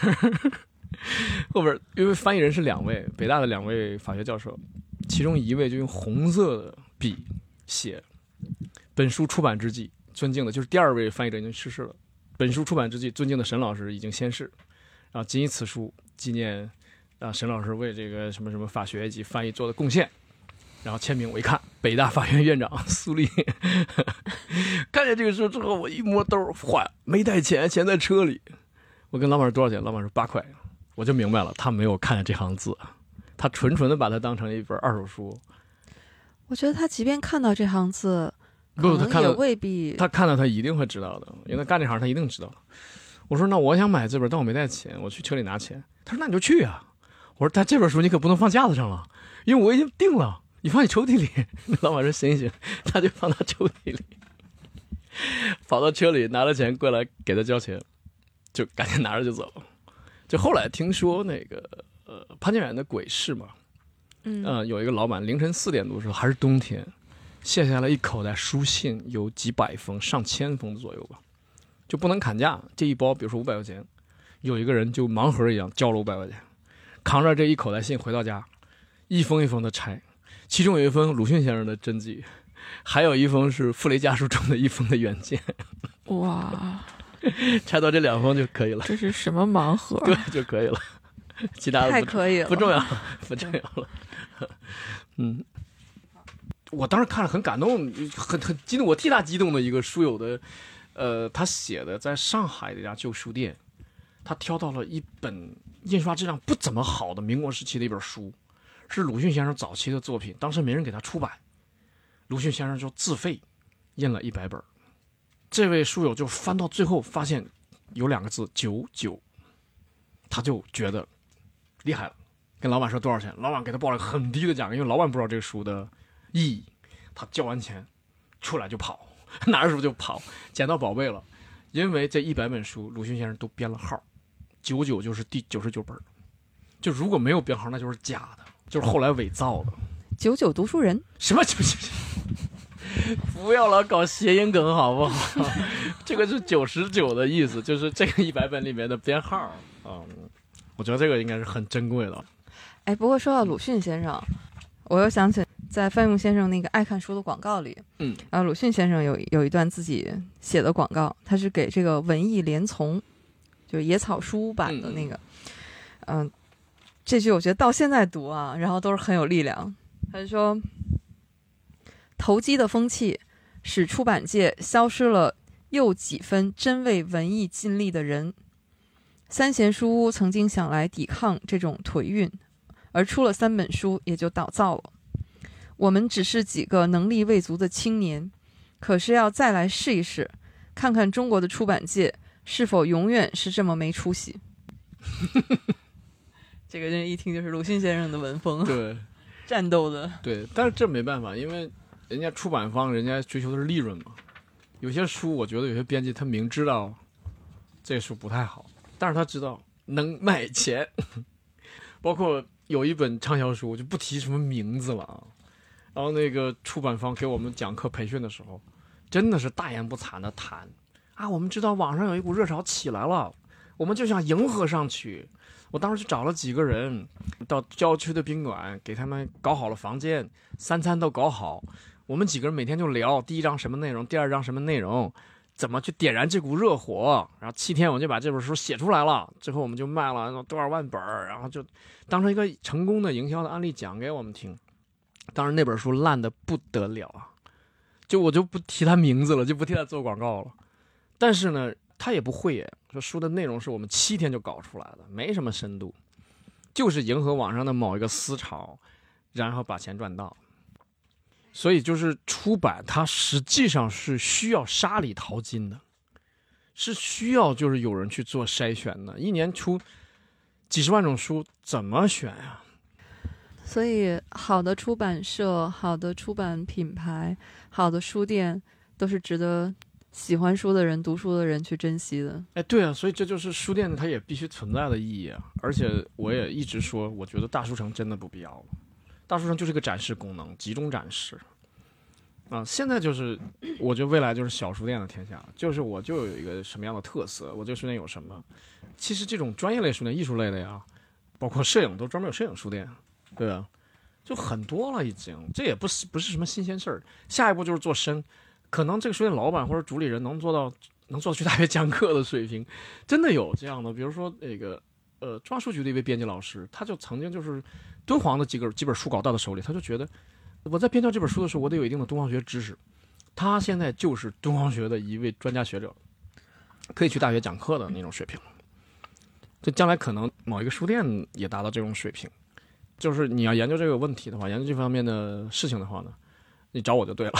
因为翻译人是2位，北大的2位法学教授，其中一位就用红色的笔写本书出版之际，尊敬的就是第2位翻译者已经逝世了，本书出版之际，尊敬的沈老师已经仙逝，然后谨以此书纪念沈老师为这个什么什么法学以及翻译做的贡献。 然后签名，我一看，北大法院院长苏立。看见这个书之后，我一摸兜，坏了，没带钱，钱在车里。我跟老板说多少钱？老板说8块。我就明白了，他没有看见这行字，他纯的把它当成一本二手书。 我觉得他即便看到这行字， 不，他看到也未必。 他看到他一定会知道的，因为他干这行他一定知道。我说那我想买这本，但我没带钱，我去车里拿钱。他说那你就去啊。我说但这本书你可不能放架子上了，因为我已经订了，你放你抽屉里。老板说行行，他就放到抽屉里，跑到车里拿了钱过来给他交钱，就赶紧拿着就走。就后来听说那个潘建远的鬼市嘛，有一个老板凌晨4点多的时候，还是冬天，卸下了一口袋书信，有几百封、上千封左右吧，就不能砍价。这一包比如说500块钱，有一个人就盲盒一样交了500块钱，扛着这一口袋信回到家，一封一封的拆，其中有一封鲁迅先生的真迹，还有一封是傅雷家书中的一封的原件。 哇， 拆到这2封就可以了。 这是什么盲盒？ 对，就可以了，其他的太可以了， 不重要，不重要了。我当时看了很感动，很激动，我替他激动的一个书友的，他写的在上海的一家旧书店，他挑到了一本印刷质量不怎么好的民国时期的一本书，是鲁迅先生早期的作品，当时没人给他出版，鲁迅先生就自费印了100本。这位书友就翻到最后发现有2个字99，他就觉得厉害了，跟老板说多少钱，老板给他报了很低的价格，因为老板不知道这个书的意义。他交完钱出来就跑，拿着书就跑，捡到宝贝了。因为这100本书鲁迅先生都编了号，99就是第99本，就如果没有编号那就是假的，就是后来伪造的。 99读书人什么99？不要老搞谐音梗好不好？这个是99的意思，就是这个100本里面的编号。我觉得这个应该是很珍贵的。 哎，不过说到鲁迅先生，我又想起在范用先生那个爱看书的广告里，然后鲁迅先生有一段自己写的广告，他是给这个文艺联丛，就是野草书版的那个，这句我觉得到现在读啊，然后都是很有力量。他就说，投机的风气使出版界消失了又几分真为文艺尽力的人。三贤书屋曾经想来抵抗这种颓运，而出了3本书也就倒造了。我们只是几个能力未足的青年，可是要再来试一试，看看中国的出版界是否永远是这么没出息。这个人一听就是鲁迅先生的文风， 对， 战斗的。 对，但是这没办法，因为人家出版方人家追求的是利润嘛。有些书我觉得有些编辑他明知道这书不太好，但是他知道能卖钱。包括有一本畅销书，我就不提什么名字了啊。然后那个出版方给我们讲课培训的时候，真的是大言不惭的谈啊，我们知道网上有一股热潮起来了，我们就想迎合上去。我当时就找了几个人到郊区的宾馆，给他们搞好了房间，3餐都搞好。我们几个人每天就聊第1章什么内容，第2章什么内容，怎么去点燃这股热火。然后7天我们就把这本书写出来了，最后我们就卖了多少万本，然后就当成一个成功的营销的案例讲给我们听。当然那本书烂得不得了啊，我就不提他名字了，就不替他做广告了。但是呢他也不会耶，说书的内容是我们7天就搞出来的，没什么深度，就是迎合网上的某一个思潮，然后把钱赚到。所以就是出版它实际上是需要沙里淘金的，是需要就是有人去做筛选的。一年出几十万种书怎么选呀？ 所以好的出版社、好的出版品牌、好的书店都是值得喜欢书的人、读书的人去珍惜的。 哎，对啊，所以这就是书店它也必须存在的意义啊。而且我也一直说，我觉得大书城真的不必要了。大书城就是个展示功能，集中展示啊。现在就是我觉得未来就是小书店的天下，就是我就有一个什么样的特色，我这个书店有什么。其实这种专业类书店、艺术类的呀，包括摄影都专门有摄影书店，对吧？就很多了已经，这也不是什么新鲜事儿。下一步就是做深，可能这个书店老板或者主理人能做去大学讲课的水平，真的有这样的。比如说那个中央书局的一位编辑老师，他就曾经就是敦煌的几本书稿到他手里，他就觉得我在编校这本书的时候，我得有一定的东方学知识。他现在就是东方学的一位专家学者，可以去大学讲课的那种水平。就将来可能某一个书店也达到这种水平。就是你要研究这个问题的话，研究这方面的事情的话呢，你找我就对了。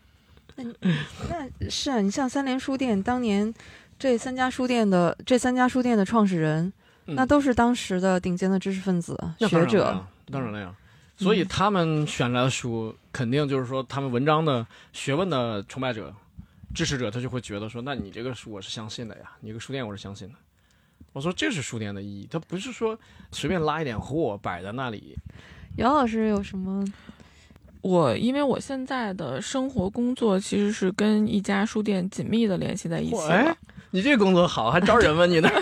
那是啊，你像三联书店当年这三家书店的创始人，那都是当时的顶尖的知识分子、学者。 当然了呀。所以他们选来的书，肯定就是说他们文章的学问的崇拜者、支持者，他就会觉得说，那你这个书我是相信的呀，你这个书店我是相信的。我说这是书店的意义，它不是说随便拉一点货摆在那里。 姚老师有什么？ 因为我现在的生活工作其实是跟一家书店紧密的联系在一起了。 你这个工作好，还招人吗？你那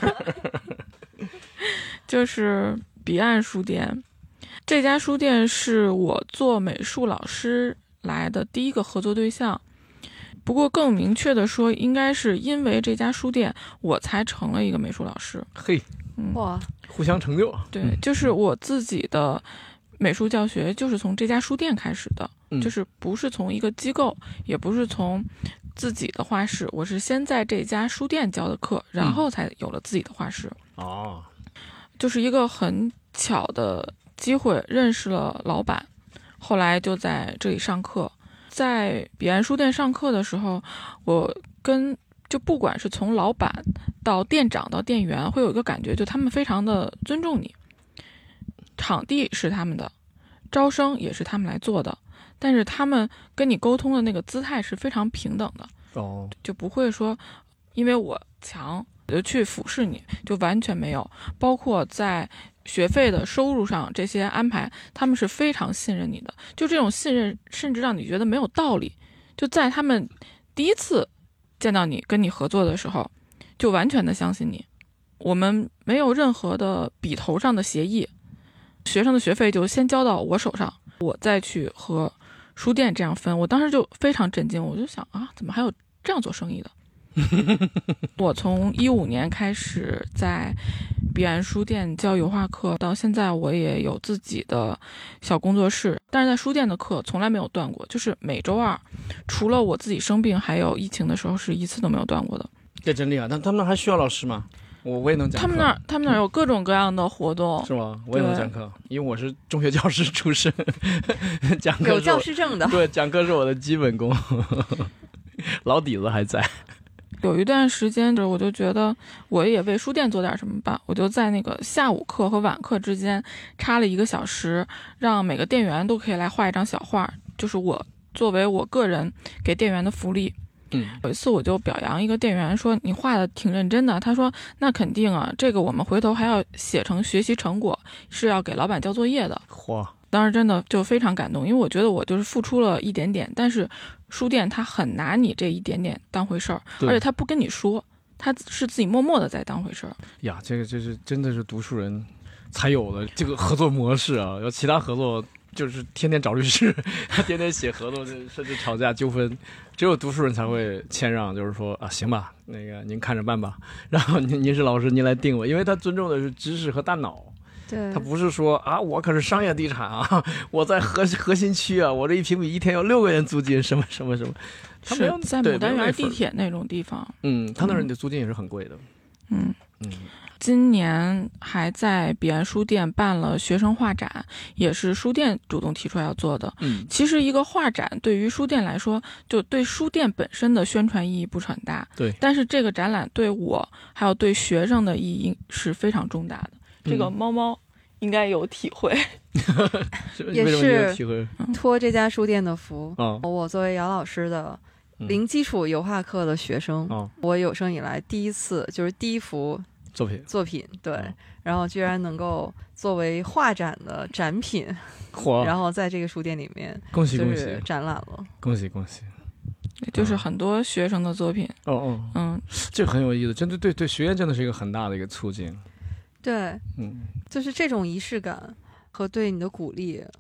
就是彼岸书店。这家书店是我做美术老师来的第一个合作对象，不过更明确的说，应该是因为这家书店，我才成了一个美术老师。 嘿， 哇， 互相成就。 对，就是我自己的美术教学就是从这家书店开始的，就是不是从一个机构，也不是从自己的画室，我是先在这家书店教的课，然后才有了自己的画室。就是一个很巧的机会认识了老板，后来就在这里上课。在彼岸书店上课的时候，就不管是从老板到店长到店员，会有一个感觉，就他们非常的尊重你。场地是他们的，招生也是他们来做的，但是他们跟你沟通的那个姿态是非常平等的。就不会说因为我强我就去俯视你，就完全没有。包括在学费的收入上这些安排，他们是非常信任你的，就这种信任甚至让你觉得没有道理。就在他们第一次见到你跟你合作的时候，就完全的相信你。我们没有任何的笔头上的协议，学生的学费就先交到我手上，我再去和书店这样分。我当时就非常震惊，我就想怎么还有这样做生意的。我从15年开始在彼岸书店教油画课，到现在我也有自己的小工作室，但是在书店的课从来没有断过，就是每周二，除了我自己生病还有疫情的时候，是一次都没有断过的。 这真厉害。但他们那还需要老师吗？我也能讲课。 他们那有各种各样的活动。 是吗？我也能讲课，因为我是中学教师出身，讲课有教师证的。 对，讲课是我的基本功，老底子还在。 有一段时间我就觉得我也为书店做点什么吧，我就在那个下午课和晚课之间插了1个小时，让每个店员都可以来画一张小画，就是我作为我个人给店员的福利。有一次我就表扬一个店员说，你画的挺认真的。他说那肯定啊，这个我们回头还要写成学习成果，是要给老板交作业的。当时真的就非常感动，因为我觉得我就是付出了一点点，但是书店他很拿你这一点点当回事儿，而且他不跟你说，他是自己默默的在当回事儿呀。这是真的是读书人才有的这个合作模式啊！要其他合作就是天天找律师，天天写合同，甚至吵架纠纷，只有读书人才会谦让，就是说行吧，那个您看着办吧，然后您是老师，您来定吧，因为他尊重的是知识和大脑。 对， 他不是说我可是商业地产啊，我在核心区啊，我这1平米1天要6个人租金，什么什么什么。他没有在牡丹园地铁那种地方。 他那儿的租金也是很贵的。 今年还在彼岸书店办了学生画展，也是书店主动提出来要做的。其实一个画展对于书店来说，就对书店本身的宣传意义不是很大。 对， 但是这个展览对我还有对学生的意义是非常重大的。这个猫猫应该有体会。 也是托这家书店的福。我作为姚老师的零基础油画课的学生，我有生以来第一次就是第一幅作品，对，然后居然能够作为画展的展品，然后在这个书店里面恭喜就是展览了。 恭喜就是很多学生的作品。 这很有意思，真的对学院真的是一个很大的一个促进。 对，就是这种仪式感和对你的鼓励，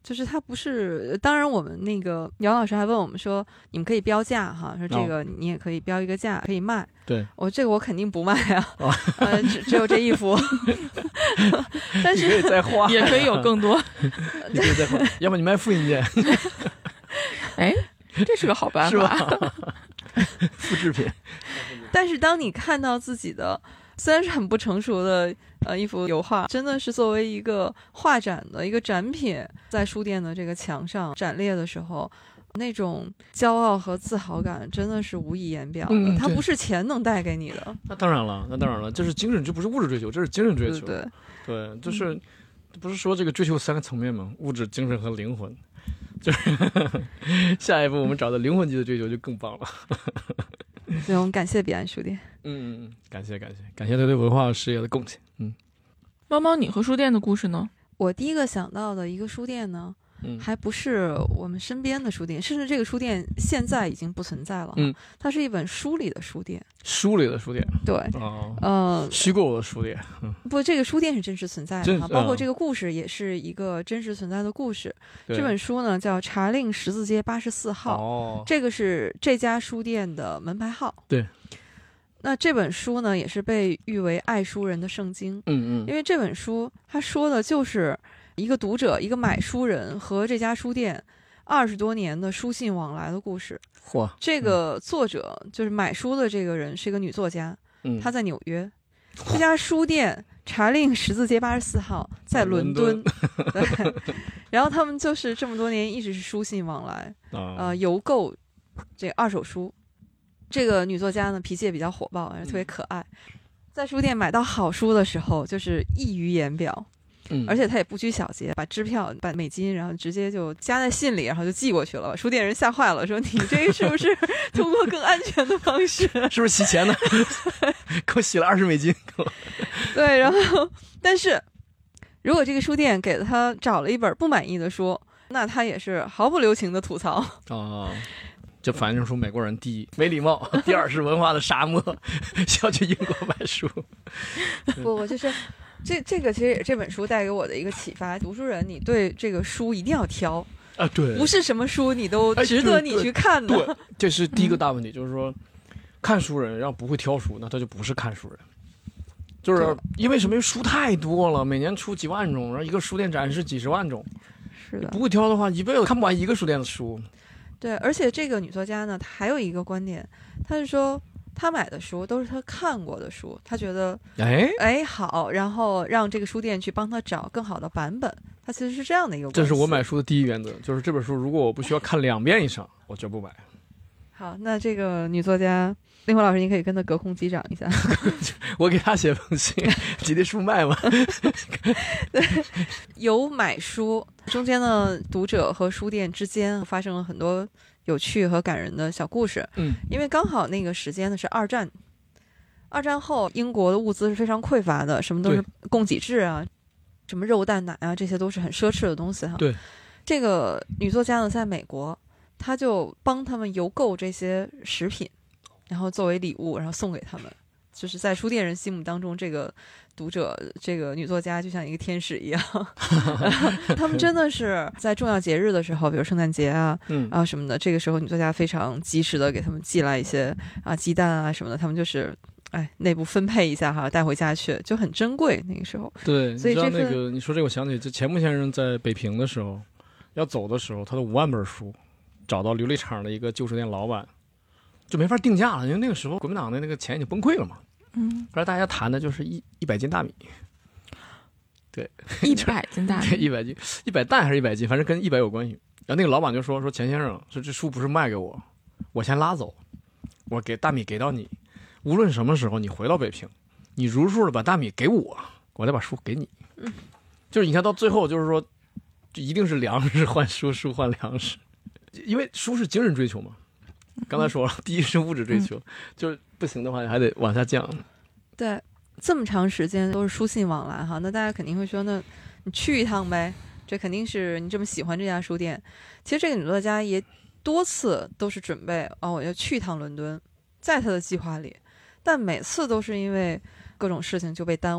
就是它不是，当然我们那个姚老师还问我们说，你们可以标价哈，说这个你也可以标一个价，可以卖。 对， 这个我肯定不卖啊，只有这一幅。但是你可以再画， 也可以有更多。 你可以再画，要么你卖复印件。 哎，这是个好办法， 是吧？复制品。 但是当你看到自己的虽然是很不成熟的一幅油画，真的是作为一个画展的一个展品在书店的这个墙上展列的时候，那种骄傲和自豪感真的是无以言表的。它不是钱能带给你的。 那当然了，这是精神，这不是物质追求，这是精神追求。对，就是不是说这个追求3个层面吗？物质、精神和灵魂。就是下一步我们找到灵魂级的追求就更棒了。 所以我们感谢彼岸书店。 感谢他对文化事业的贡献。 猫猫，你和书店的故事呢？ 我第一个想到的一个书店呢，还不是我们身边的书店，甚至这个书店现在已经不存在了。它是一本书里的书店。书里的书店， 对， 虚构的书店。 不，这个书店是真实存在的，包括这个故事也是一个真实存在的故事。这本书呢叫《茶令十字街84号》，这个是这家书店的门牌号。 对。 那这本书呢，也是被誉为爱书人的圣经。因为这本书它说的就是一个读者，一个买书人和这家书店20多年的书信往来的故事。这个作者就是买书的这个人是一个女作家，她在纽约。这家书店茶令十字街84号在伦敦。对，然后他们就是这么多年一直是书信往来，邮购这二手书。这个女作家呢，脾气也比较火爆，特别可爱。在书店买到好书的时候，就是溢于言表。而且她也不拘小节，把支票、把美金，然后直接就加在信里，然后就寄过去了。书店人吓坏了，说：“你这是不是通过更安全的方式？ 是不是洗钱呢？给我洗了20美金。” 对，然后但是如果这个书店给他找了一本不满意的书，那他也是毫不留情的吐槽。 就反映出美国人第一没礼貌，第二是文化的沙漠，需要去英国买书。 不，就是这个其实也是这本书带给我的一个启发。读书人，你对这个书一定要挑啊，对， 不是什么书你都值得你去看的。 对，这是第一个大问题，就是说，看书人要不会挑书，那他就不是看书人。就是因为什么？因为书太多了，每年出几万种，然后一个书店展示几十万种。 是的， 不会挑的话，一辈子看不完一个书店的书。 对，而且这个女作家呢，她还有一个观点，她是说她买的书都是她看过的书，她觉得好，然后让这个书店去帮她找更好的版本。她其实是这样的一个关系。 这是我买书的第一原则，就是这本书如果我不需要看2遍以上，我绝不买。 好，那这个女作家令狐老师，你可以跟她隔空击掌一下。 我给她写封信，你的书卖吗？ 对，有买书中间的读者和书店之间发生了很多有趣和感人的小故事。因为刚好那个时间呢是二战后，英国的物资是非常匮乏的，什么都是供给制啊，什么肉蛋奶啊，这些都是很奢侈的东西哈。 对， 这个女作家呢在美国，她就帮他们邮购这些食品，然后作为礼物，然后送给他们。就是在书店人心目当中，这个读者，这个女作家就像一个天使一样。他们真的是在重要节日的时候，比如圣诞节啊，什么的，这个时候女作家非常及时的给他们寄来一些鸡蛋啊什么的，他们就是内部分配一下哈，带回家去，就很珍贵那个时候。 对， 所以你知道那个你说这个，我想起这钱穆先生在北平的时候，要走的时候，他的5万本书找到琉璃厂的一个旧书店老板，就没法定价了，因为那个时候国民党的那个钱已经崩溃了嘛。后来大家谈的就是100斤大米，对 ，100斤大米 ，100斤，100担还是100斤，反正跟100有关系。然后那个老板就说钱先生，说这书不是卖给我，我先拉走，我给大米给到你，无论什么时候你回到北平，你如数的把大米给我，我再把书给你。就是你看到最后，就是说，就一定是粮食换书，书换粮食，因为书是精神追求嘛。刚才说了，第一是物质追求，就是不行的话还得往下降。 对，这么长时间都是书信往来哈，那大家肯定会说，那你去一趟呗，这肯定是你这么喜欢这家书店。其实这个女作家也多次都是准备我要去一趟伦敦，在她的计划里，但每次都是因为各种事情就被耽误了。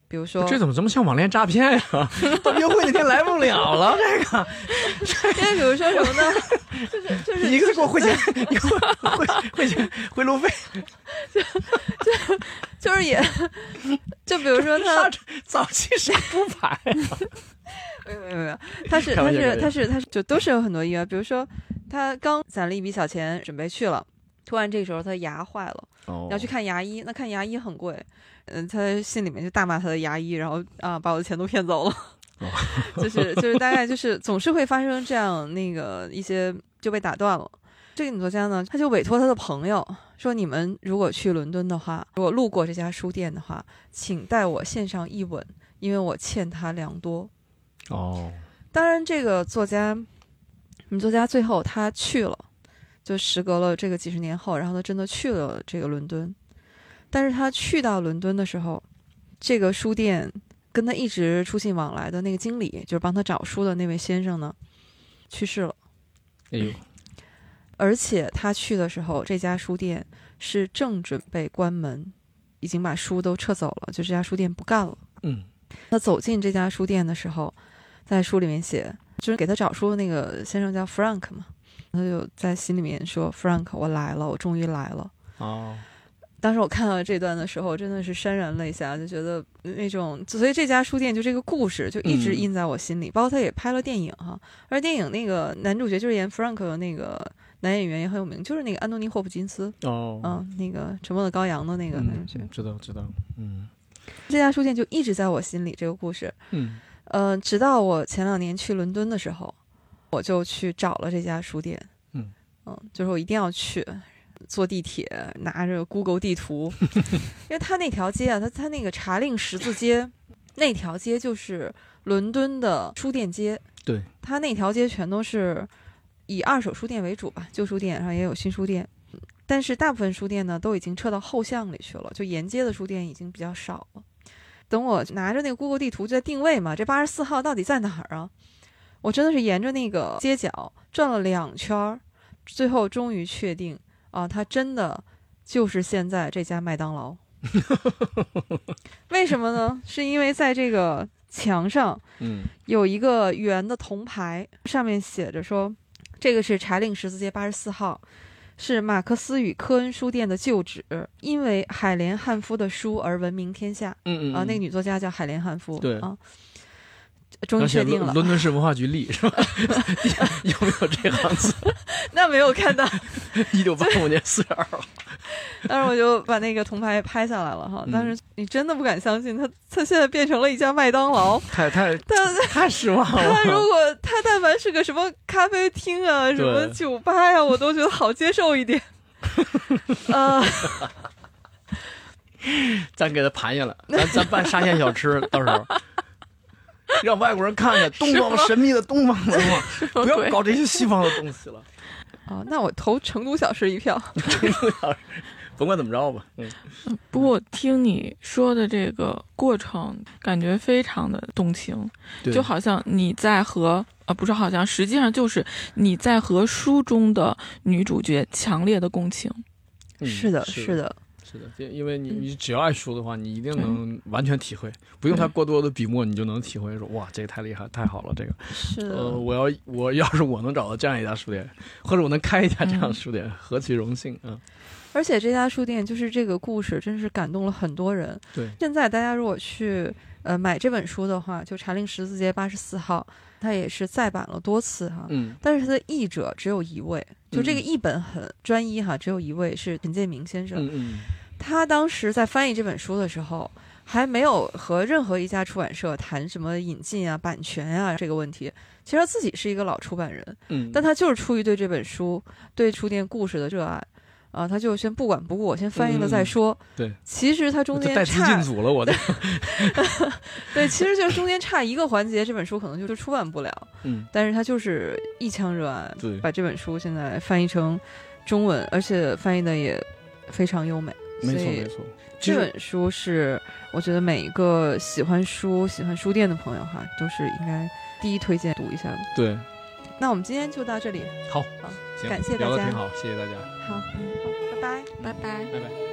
比如说这怎么这么像网恋诈骗呀？到约会那天来不了了，这个。 因为比如说什么呢？就是一个给我汇钱，一个汇钱汇路费， 就是也，就比如说他早期谁不排啊？ 没有，他是就都是有很多意外，比如说他刚攒了一笔小钱准备去了，突然这时候他牙坏了，要去看牙医，那看牙医很贵，他心里面就大骂他的牙医，然后把我的钱都骗走了。就是大概就是总是会发生这样那个一些就被打断了。这个女作家呢，他就委托他的朋友说，你们如果去伦敦的话，如果路过这家书店的话，请代我献上一吻，因为我欠他良多。当然这个女作家最后她去了，就时隔了这个几十年后，然后她真的去了这个伦敦。但是她去到伦敦的时候，这个书店跟他一直书信往来的那个经理，就是帮他找书的那位先生呢，去世了。 哎呦！ 而且他去的时候，这家书店是正准备关门，已经把书都撤走了，就这家书店不干了。他走进这家书店的时候，在书里面写，就是给他找书的那个先生叫 Frank 嘛，他就在心里面说 Frank 我来了，我终于来了。当时我看到这段的时候真的是潸然泪下，就觉得那种，所以这家书店就这个故事就一直印在我心里，包括他也拍了电影哈，而电影那个男主角就是演 Frank 的那个男演员也很有名，就是那个安东尼霍普金斯那个沉默的羔羊的那个男主角。知道。这家书店就一直在我心里，这个故事直到我前2年去伦敦的时候，我就去找了这家书店。就是我一定要去，坐地铁拿着 Google 地图因为他那条街啊，他那个查令十字街那条街就是伦敦的书店街。 对， 他那条街全都是以二手书店为主吧，旧书店，然后也有新书店，但是大部分书店呢都已经撤到后巷里去了，就沿街的书店已经比较少了。等我拿着那个 Google 地图就在定位嘛，这84号到底在哪儿啊？我真的是沿着那个街角转了2圈，最后终于确定它真的就是现在这家麦当劳。为什么呢？是因为在这个墙上有一个圆的铜牌，上面写着说这个是查令十字街84号，是马克思与科恩书店的旧址，因为海莲汉夫的书而闻名天下。那个女作家叫海莲汉夫。 对终于确定了。 伦敦市文化局立是吧？有没有这行字？ 那没有看到。 1985年4月2号。 当时我就把那个铜牌拍下来了哈。但是你真的不敢相信，他现在变成了一家麦当劳。太失望了。他但凡是个什么咖啡厅啊，什么酒吧呀，我都觉得好接受一点。 咱给他盘下来，咱办沙县小吃，到时候。让外国人看看东方神秘的东方文化，不要搞这些西方的东西了。 那我投成都小吃一票。 成都小吃，甭管怎么着吧。 不过听你说的这个过程，感觉非常的动情，就好像你在和不是好像，实际上就是你在和书中的女主角强烈的共情。 是的。 是的，因为你只要爱书的话，你一定能完全体会，不用他过多的笔墨，你就能体会说，哇，这个太厉害，太好了，这个。 是的。 我要是我能找到这样一家书店，或者我能开一家这样的书店，何其荣幸啊！ 而且这家书店就是这个故事，真是感动了很多人。 对。 现在大家如果去买这本书的话，就查令十字街84号，它也是再版了多次哈。但是它的译者只有一位，就这个译本很专一哈，只有一位是陈建明先生。他当时在翻译这本书的时候，还没有和任何一家出版社谈什么引进啊、版权啊这个问题。其实他自己是一个老出版人，但他就是出于对这本书、对书店故事的热爱。他就先不管不顾，我先翻译了再说。 对， 其实他中间带出进组了，我的。 对，其实就是中间差一个环节，这本书可能就出版不了。但是他就是一腔热爱，把这本书现在翻译成中文，而且翻译的也非常优美。 没错。 这本书是我觉得每一个喜欢书、喜欢书店的朋友哈，都是应该第一推荐读一下的。 对。 那我们今天就到这里。 好， 感谢大家， 聊得挺好，谢谢大家。 好，拜拜， 拜拜。